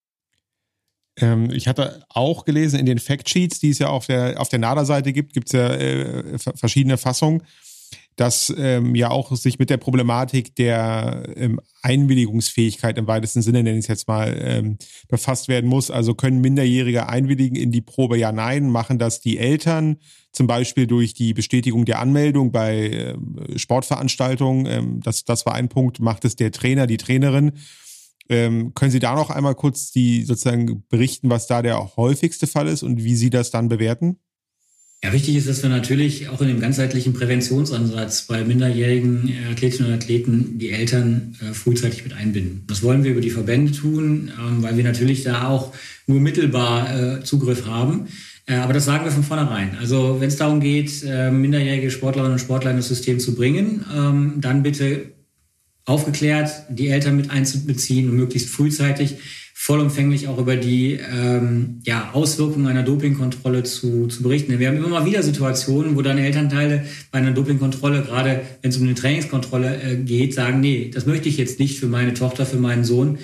Ich hatte auch gelesen in den Factsheets, die es ja auf der NADA-Seite gibt es ja verschiedene Fassungen, dass ja auch sich mit der Problematik der Einwilligungsfähigkeit im weitesten Sinne, nenne ich es jetzt mal, befasst werden muss. Also können Minderjährige einwilligen in die Probe? Ja, nein. Machen das die Eltern, zum Beispiel durch die Bestätigung der Anmeldung bei Sportveranstaltungen? Das war ein Punkt. Macht es der Trainer, die Trainerin? Können Sie da noch einmal kurz sozusagen berichten, was da der häufigste Fall ist und wie Sie das dann bewerten? Ja, wichtig ist, dass wir natürlich auch in dem ganzheitlichen Präventionsansatz bei minderjährigen Athletinnen und Athleten die Eltern frühzeitig mit einbinden. Das wollen wir über die Verbände tun, weil wir natürlich da auch nur mittelbar Zugriff haben. Aber das sagen wir von vornherein. Also wenn es darum geht, minderjährige Sportlerinnen und Sportler in das System zu bringen, dann bitte aufgeklärt, die Eltern mit einzubeziehen und möglichst frühzeitig vollumfänglich auch über die Auswirkungen einer Dopingkontrolle zu berichten. Denn wir haben immer mal wieder Situationen, wo dann Elternteile bei einer Dopingkontrolle, gerade wenn es um eine Trainingskontrolle geht, sagen, nee, das möchte ich jetzt nicht für meine Tochter, für meinen Sohn.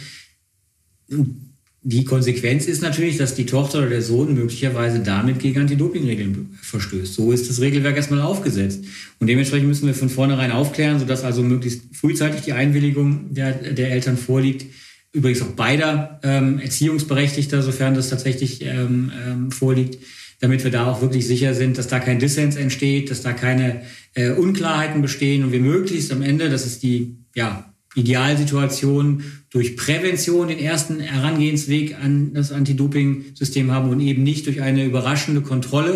Die Konsequenz ist natürlich, dass die Tochter oder der Sohn möglicherweise damit gegen Anti-Doping-Regeln verstößt. So ist das Regelwerk erstmal aufgesetzt. Und dementsprechend müssen wir von vornherein aufklären, sodass also möglichst frühzeitig die Einwilligung der Eltern vorliegt. Übrigens auch beider Erziehungsberechtigter, sofern das tatsächlich vorliegt, damit wir da auch wirklich sicher sind, dass da kein Dissens entsteht, dass da keine Unklarheiten bestehen und wir möglichst am Ende, das ist die Idealsituation, durch Prävention den ersten Herangehensweg an das Anti-Doping-System haben und eben nicht durch eine überraschende Kontrolle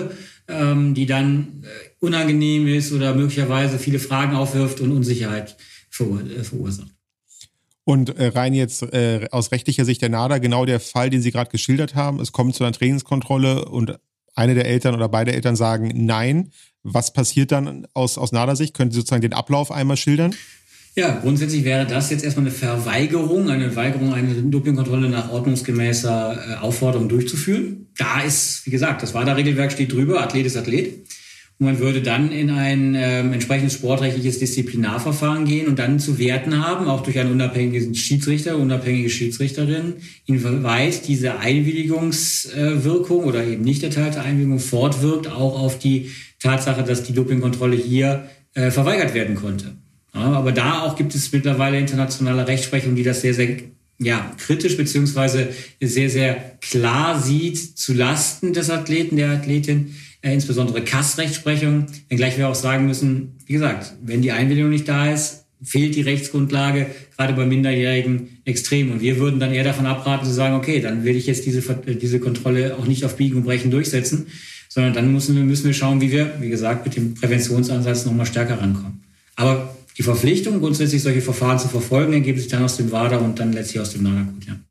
die dann unangenehm ist oder möglicherweise viele Fragen aufwirft und Unsicherheit verursacht. Und rein jetzt aus rechtlicher Sicht der NADA, genau der Fall, den Sie gerade geschildert haben, es kommt zu einer Trainingskontrolle und eine der Eltern oder beide Eltern sagen nein. Was passiert dann aus NADA-Sicht? Können Sie sozusagen den Ablauf einmal schildern? Ja, grundsätzlich wäre das jetzt erstmal eine Weigerung, eine Dopingkontrolle nach ordnungsgemäßer Aufforderung durchzuführen. Da ist, wie gesagt, das WADA-Regelwerk steht drüber, Athlet ist Athlet. Und man würde dann in ein entsprechendes sportrechtliches Disziplinarverfahren gehen und dann zu werten haben, auch durch einen unabhängigen Schiedsrichter, unabhängige Schiedsrichterin, inwieweit diese Einwilligungswirkung oder eben nicht erteilte Einwilligung fortwirkt, auch auf die Tatsache, dass die Dopingkontrolle hier verweigert werden konnte. Ja, aber da auch gibt es mittlerweile internationale Rechtsprechung, die das sehr, sehr kritisch beziehungsweise sehr, sehr klar sieht zu Lasten des Athleten, der Athletin, insbesondere CAS-Rechtsprechung. Wenngleich wir auch sagen müssen, wie gesagt, wenn die Einwilligung nicht da ist, fehlt die Rechtsgrundlage, gerade bei Minderjährigen, extrem. Und wir würden dann eher davon abraten, zu sagen, okay, dann will ich jetzt diese Kontrolle auch nicht auf Biegen und Brechen durchsetzen, sondern dann müssen wir schauen, wie wir, wie gesagt, mit dem Präventionsansatz nochmal stärker rankommen. Aber die Verpflichtung, grundsätzlich solche Verfahren zu verfolgen, ergeben sich dann aus dem WADA und dann letztlich aus dem NADA-Code, ja.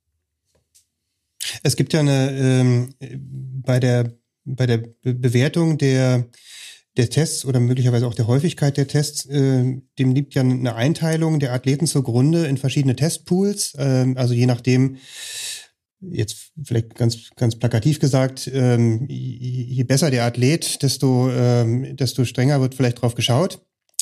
Es gibt ja bei der Bewertung der Tests oder möglicherweise auch der Häufigkeit der Tests, dem liegt ja eine Einteilung der Athleten zugrunde in verschiedene Testpools. Also je nachdem, jetzt vielleicht ganz plakativ gesagt, je besser der Athlet, desto strenger wird vielleicht drauf geschaut.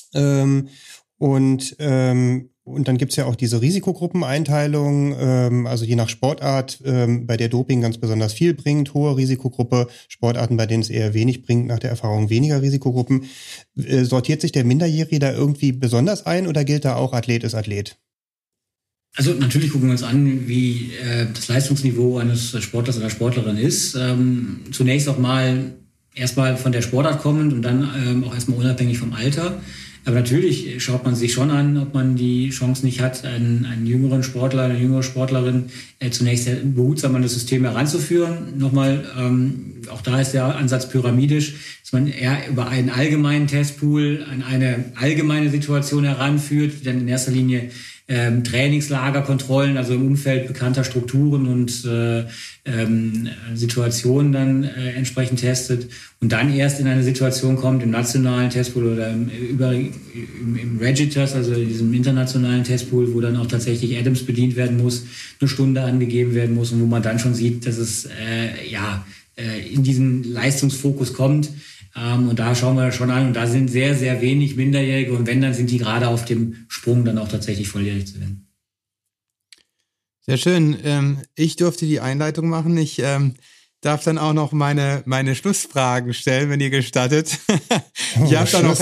Und dann gibt's ja auch diese Risikogruppeneinteilung, also je nach Sportart, bei der Doping ganz besonders viel bringt, hohe Risikogruppe, Sportarten, bei denen es eher wenig bringt, nach der Erfahrung weniger Risikogruppen. Sortiert sich der Minderjährige da irgendwie besonders ein oder gilt da auch Athlet ist Athlet? Also natürlich gucken wir uns an, wie das Leistungsniveau eines Sportlers oder Sportlerin ist. Zunächst auch erstmal von der Sportart kommend und dann auch erstmal unabhängig vom Alter. Aber natürlich schaut man sich schon an, ob man die Chance nicht hat, einen jüngeren Sportler, eine jüngere Sportlerin zunächst behutsam an das System heranzuführen. Nochmal, auch da ist der Ansatz pyramidisch, dass man eher über einen allgemeinen Testpool an eine allgemeine Situation heranführt, die dann in erster Linie Trainingslagerkontrollen, also im Umfeld bekannter Strukturen und Situationen dann entsprechend testet und dann erst in eine Situation kommt im nationalen Testpool oder im Regitas, also in diesem internationalen Testpool, wo dann auch tatsächlich Adams bedient werden muss, eine Stunde angegeben werden muss und wo man dann schon sieht, dass es in diesen Leistungsfokus kommt. Und da schauen wir schon an und da sind sehr, sehr wenig Minderjährige und wenn, dann sind die gerade auf dem Sprung, dann auch tatsächlich volljährig zu werden. Sehr schön. Ich durfte die Einleitung machen. Ich darf dann auch noch meine Schlussfragen stellen, wenn ihr gestattet. Ich habe da noch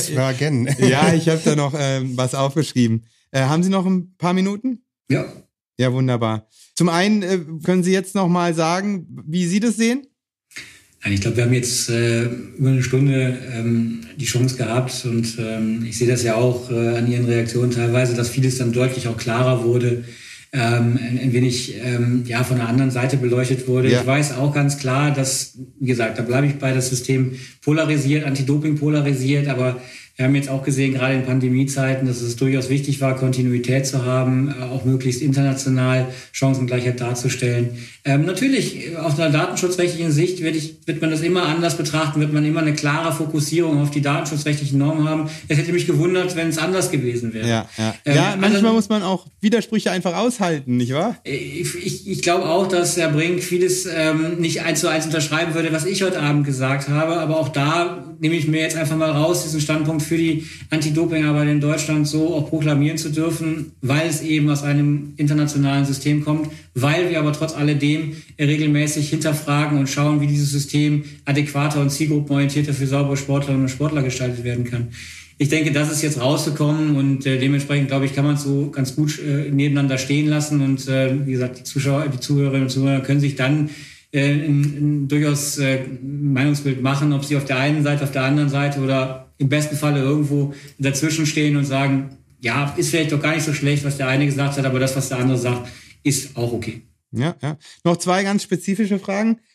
was aufgeschrieben. Haben Sie noch ein paar Minuten? Ja. Ja, wunderbar. Zum einen können Sie jetzt noch mal sagen, wie Sie das sehen? Ich glaube, wir haben jetzt über eine Stunde die Chance gehabt und ich sehe das ja auch an Ihren Reaktionen teilweise, dass vieles dann deutlich auch klarer wurde, ein wenig von der anderen Seite beleuchtet wurde. Ja. Ich weiß auch ganz klar, dass, wie gesagt, da bleibe ich bei, das System polarisiert, Anti-Doping polarisiert, aber wir haben jetzt auch gesehen, gerade in Pandemiezeiten, dass es durchaus wichtig war, Kontinuität zu haben, auch möglichst international Chancengleichheit darzustellen. Natürlich, aus einer datenschutzrechtlichen Sicht wird man das immer anders betrachten, wird man immer eine klare Fokussierung auf die datenschutzrechtlichen Normen haben. Es hätte mich gewundert, wenn es anders gewesen wäre. Ja, manchmal muss man auch Widersprüche einfach aushalten, nicht wahr? Ich glaube auch, dass Herr Brink vieles nicht 1:1 unterschreiben würde, was ich heute Abend gesagt habe, aber auch da nehme ich mir jetzt einfach mal raus, diesen Standpunkt für die Anti-Doping-Arbeit in Deutschland so auch proklamieren zu dürfen, weil es eben aus einem internationalen System kommt, weil wir aber trotz alledem regelmäßig hinterfragen und schauen, wie dieses System adäquater und zielgruppenorientierter für saubere Sportlerinnen und Sportler gestaltet werden kann. Ich denke, das ist jetzt rausgekommen und dementsprechend, glaube ich, kann man es so ganz gut nebeneinander stehen lassen und wie gesagt, die Zuhörerinnen und Zuhörer können sich dann ein durchaus Meinungsbild machen, ob sie auf der einen Seite, auf der anderen Seite oder im besten Falle irgendwo dazwischen stehen und sagen, ja, ist vielleicht doch gar nicht so schlecht, was der eine gesagt hat, aber das, was der andere sagt, ist auch okay. Ja. Noch 2 ganz spezifische Fragen.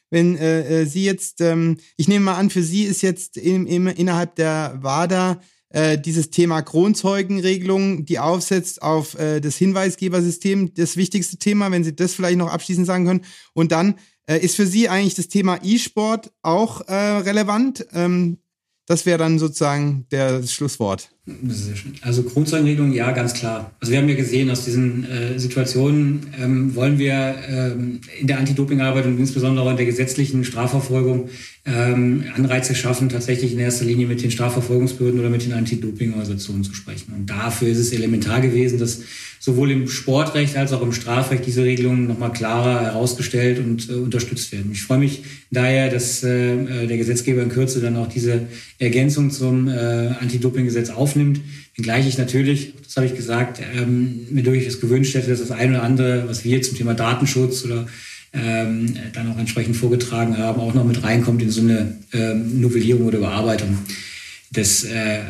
wenn Sie jetzt, ich nehme mal an, für Sie ist jetzt innerhalb der WADA dieses Thema Kronzeugenregelung, die aufsetzt auf das Hinweisgebersystem, das wichtigste Thema, wenn Sie das vielleicht noch abschließend sagen können. Und dann ist für Sie eigentlich das Thema E-Sport auch relevant? Das wäre dann sozusagen das Schlusswort. Sehr schön. Also Kronzeugenregelung, ja, ganz klar. Also wir haben ja gesehen, aus diesen Situationen wollen wir in der Anti-Doping-Arbeit und insbesondere auch in der gesetzlichen Strafverfolgung Anreize schaffen, tatsächlich in erster Linie mit den Strafverfolgungsbehörden oder mit den Anti-Doping-Organisationen zu sprechen. Und dafür ist es elementar gewesen, dass sowohl im Sportrecht als auch im Strafrecht diese Regelungen nochmal klarer herausgestellt und unterstützt werden. Ich freue mich daher, dass der Gesetzgeber in Kürze dann auch diese Ergänzung zum Anti-Doping-Gesetz aufnimmt. Wenngleich ich natürlich, das habe ich gesagt, mir durchaus gewünscht hätte, dass das eine oder andere, was wir zum Thema Datenschutz oder dann auch entsprechend vorgetragen haben, auch noch mit reinkommt in so eine Novellierung oder Überarbeitung des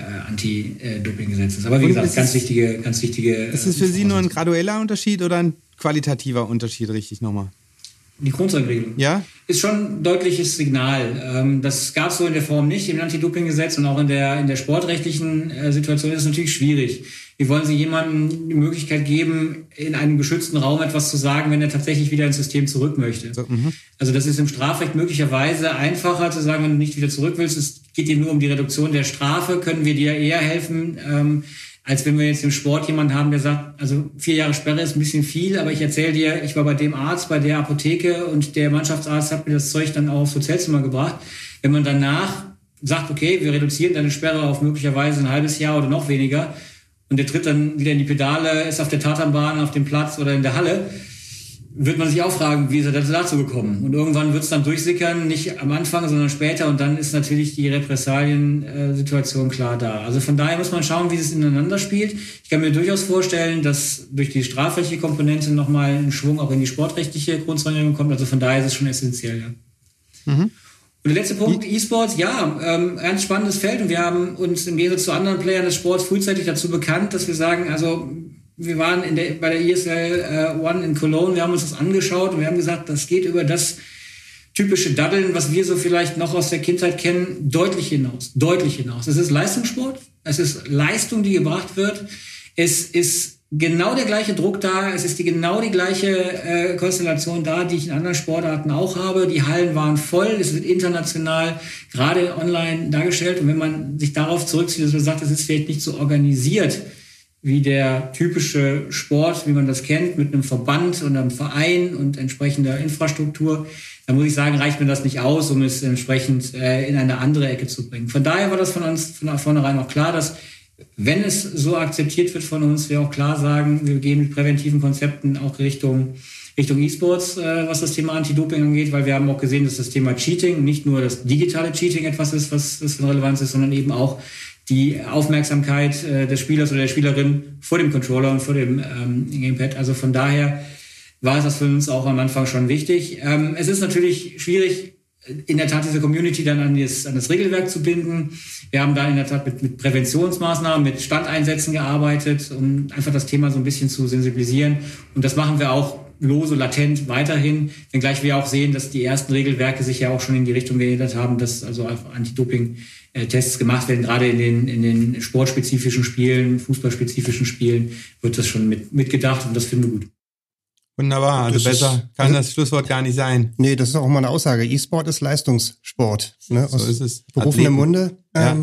Anti-Doping-Gesetzes. Aber wie gesagt, ganz wichtige. Ist es für Sie nur ein gradueller Unterschied oder ein qualitativer Unterschied, richtig nochmal? Die Kronzeugenregelung. Ja? Ist schon ein deutliches Signal. Das gab es so in der Form nicht im Anti-Doping-Gesetz und auch in der sportrechtlichen Situation ist es natürlich schwierig. Wie wollen Sie jemandem die Möglichkeit geben, in einem geschützten Raum etwas zu sagen, wenn er tatsächlich wieder ins System zurück möchte? Also das ist im Strafrecht möglicherweise einfacher zu sagen, wenn du nicht wieder zurück willst, es geht dir nur um die Reduktion der Strafe, können wir dir eher helfen, als wenn wir jetzt im Sport jemanden haben, der sagt, also 4 Jahre Sperre ist ein bisschen viel, aber ich erzähle dir, ich war bei dem Arzt, bei der Apotheke und der Mannschaftsarzt hat mir das Zeug dann auch aufs Hotelzimmer gebracht. Wenn man danach sagt, okay, wir reduzieren deine Sperre auf möglicherweise ein halbes Jahr oder noch weniger und der tritt dann wieder in die Pedale, ist auf der Tatanbahn, auf dem Platz oder in der Halle, wird man sich auch fragen, wie ist er dazu gekommen? Und irgendwann wird es dann durchsickern, nicht am Anfang, sondern später. Und dann ist natürlich die Repressalien-Situation klar da. Also von daher muss man schauen, wie es ineinander spielt. Ich kann mir durchaus vorstellen, dass durch die strafrechtliche Komponente nochmal ein Schwung auch in die sportrechtliche Grundsäule kommt. Also von daher ist es schon essentiell. Ja. Und der letzte Punkt, E-Sports, ja, ganz spannendes Feld. Und wir haben uns im Gegensatz zu anderen Playern des Sports frühzeitig dazu bekannt, dass wir sagen, also wir waren bei der ESL One in Cologne, wir haben uns das angeschaut und wir haben gesagt, das geht über das typische Daddeln, was wir so vielleicht noch aus der Kindheit kennen, deutlich hinaus. Es ist Leistungssport, es ist Leistung, die gebracht wird, es ist genau der gleiche Druck da, es ist genau die gleiche Konstellation da, die ich in anderen Sportarten auch habe. Die Hallen waren voll, es wird international, gerade online dargestellt und wenn man sich darauf zurückzieht, dass man sagt, es ist vielleicht nicht so organisiert, wie der typische Sport, wie man das kennt, mit einem Verband und einem Verein und entsprechender Infrastruktur, dann muss ich sagen, reicht mir das nicht aus, um es entsprechend in eine andere Ecke zu bringen. Von daher war das von uns von vornherein auch klar, dass, wenn es so akzeptiert wird von uns, wir auch klar sagen, wir gehen mit präventiven Konzepten auch Richtung E-Sports, was das Thema Anti-Doping angeht, weil wir haben auch gesehen, dass das Thema Cheating, nicht nur das digitale Cheating etwas ist, was von Relevanz ist, sondern eben auch die Aufmerksamkeit des Spielers oder der Spielerin vor dem Controller und vor dem Gamepad. Also von daher war es das für uns auch am Anfang schon wichtig. Es ist natürlich schwierig, in der Tat diese Community dann an das Regelwerk zu binden. Wir haben da in der Tat mit Präventionsmaßnahmen, mit Standeinsätzen gearbeitet, um einfach das Thema so ein bisschen zu sensibilisieren. Und das machen wir auch lose, latent weiterhin, wenngleich wir auch sehen, dass die ersten Regelwerke sich ja auch schon in die Richtung geändert haben, dass also Anti-Doping-Tests gemacht werden. Gerade in den sportspezifischen Spielen, fußballspezifischen Spielen wird das schon mitgedacht und das finden wir gut. Wunderbar, also besser kann das Schlusswort gar nicht sein. Nee, das ist auch mal eine Aussage. E-Sport ist Leistungssport. Ne? So ist es. Berufenem Munde.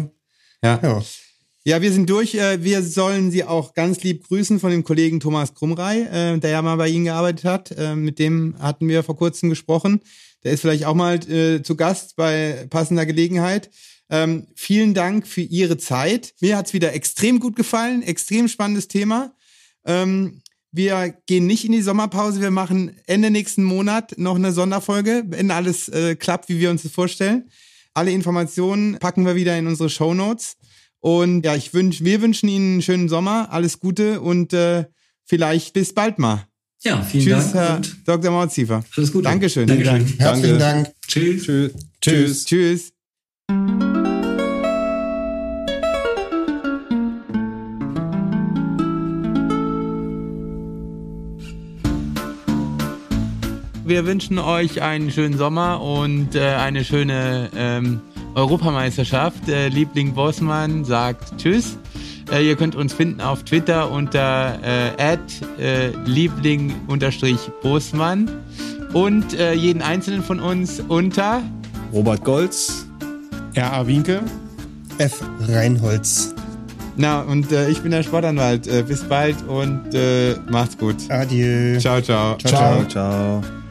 Ja, wir sind durch. Wir sollen Sie auch ganz lieb grüßen von dem Kollegen Thomas Krumrei, der ja mal bei Ihnen gearbeitet hat. Mit dem hatten wir vor kurzem gesprochen. Der ist vielleicht auch mal zu Gast bei passender Gelegenheit. Vielen Dank für Ihre Zeit. Mir hat's wieder extrem gut gefallen. Extrem spannendes Thema. Wir gehen nicht in die Sommerpause. Wir machen Ende nächsten Monat noch eine Sonderfolge, wenn alles klappt, wie wir uns das vorstellen. Alle Informationen packen wir wieder in unsere Shownotes. Und ja, wir wünschen Ihnen einen schönen Sommer, alles Gute und vielleicht bis bald mal. Ja, vielen Dank. Tschüss, Herr und Dr. Mordsiefer. Alles Gute. Dankeschön. Herzlichen Dank. Tschüss. Tschüss. wir wünschen euch einen schönen Sommer und eine schöne Europameisterschaft. Liebling Bosman sagt Tschüss. Ihr könnt uns finden auf Twitter unter @Liebling_Bosman und jeden einzelnen von uns unter Robert Golz, R.A. Wienke, F. Reinholz. Na, und ich bin der Sportanwalt. Bis bald und macht's gut. Adieu. Ciao, ciao. Ciao, ciao. Ciao.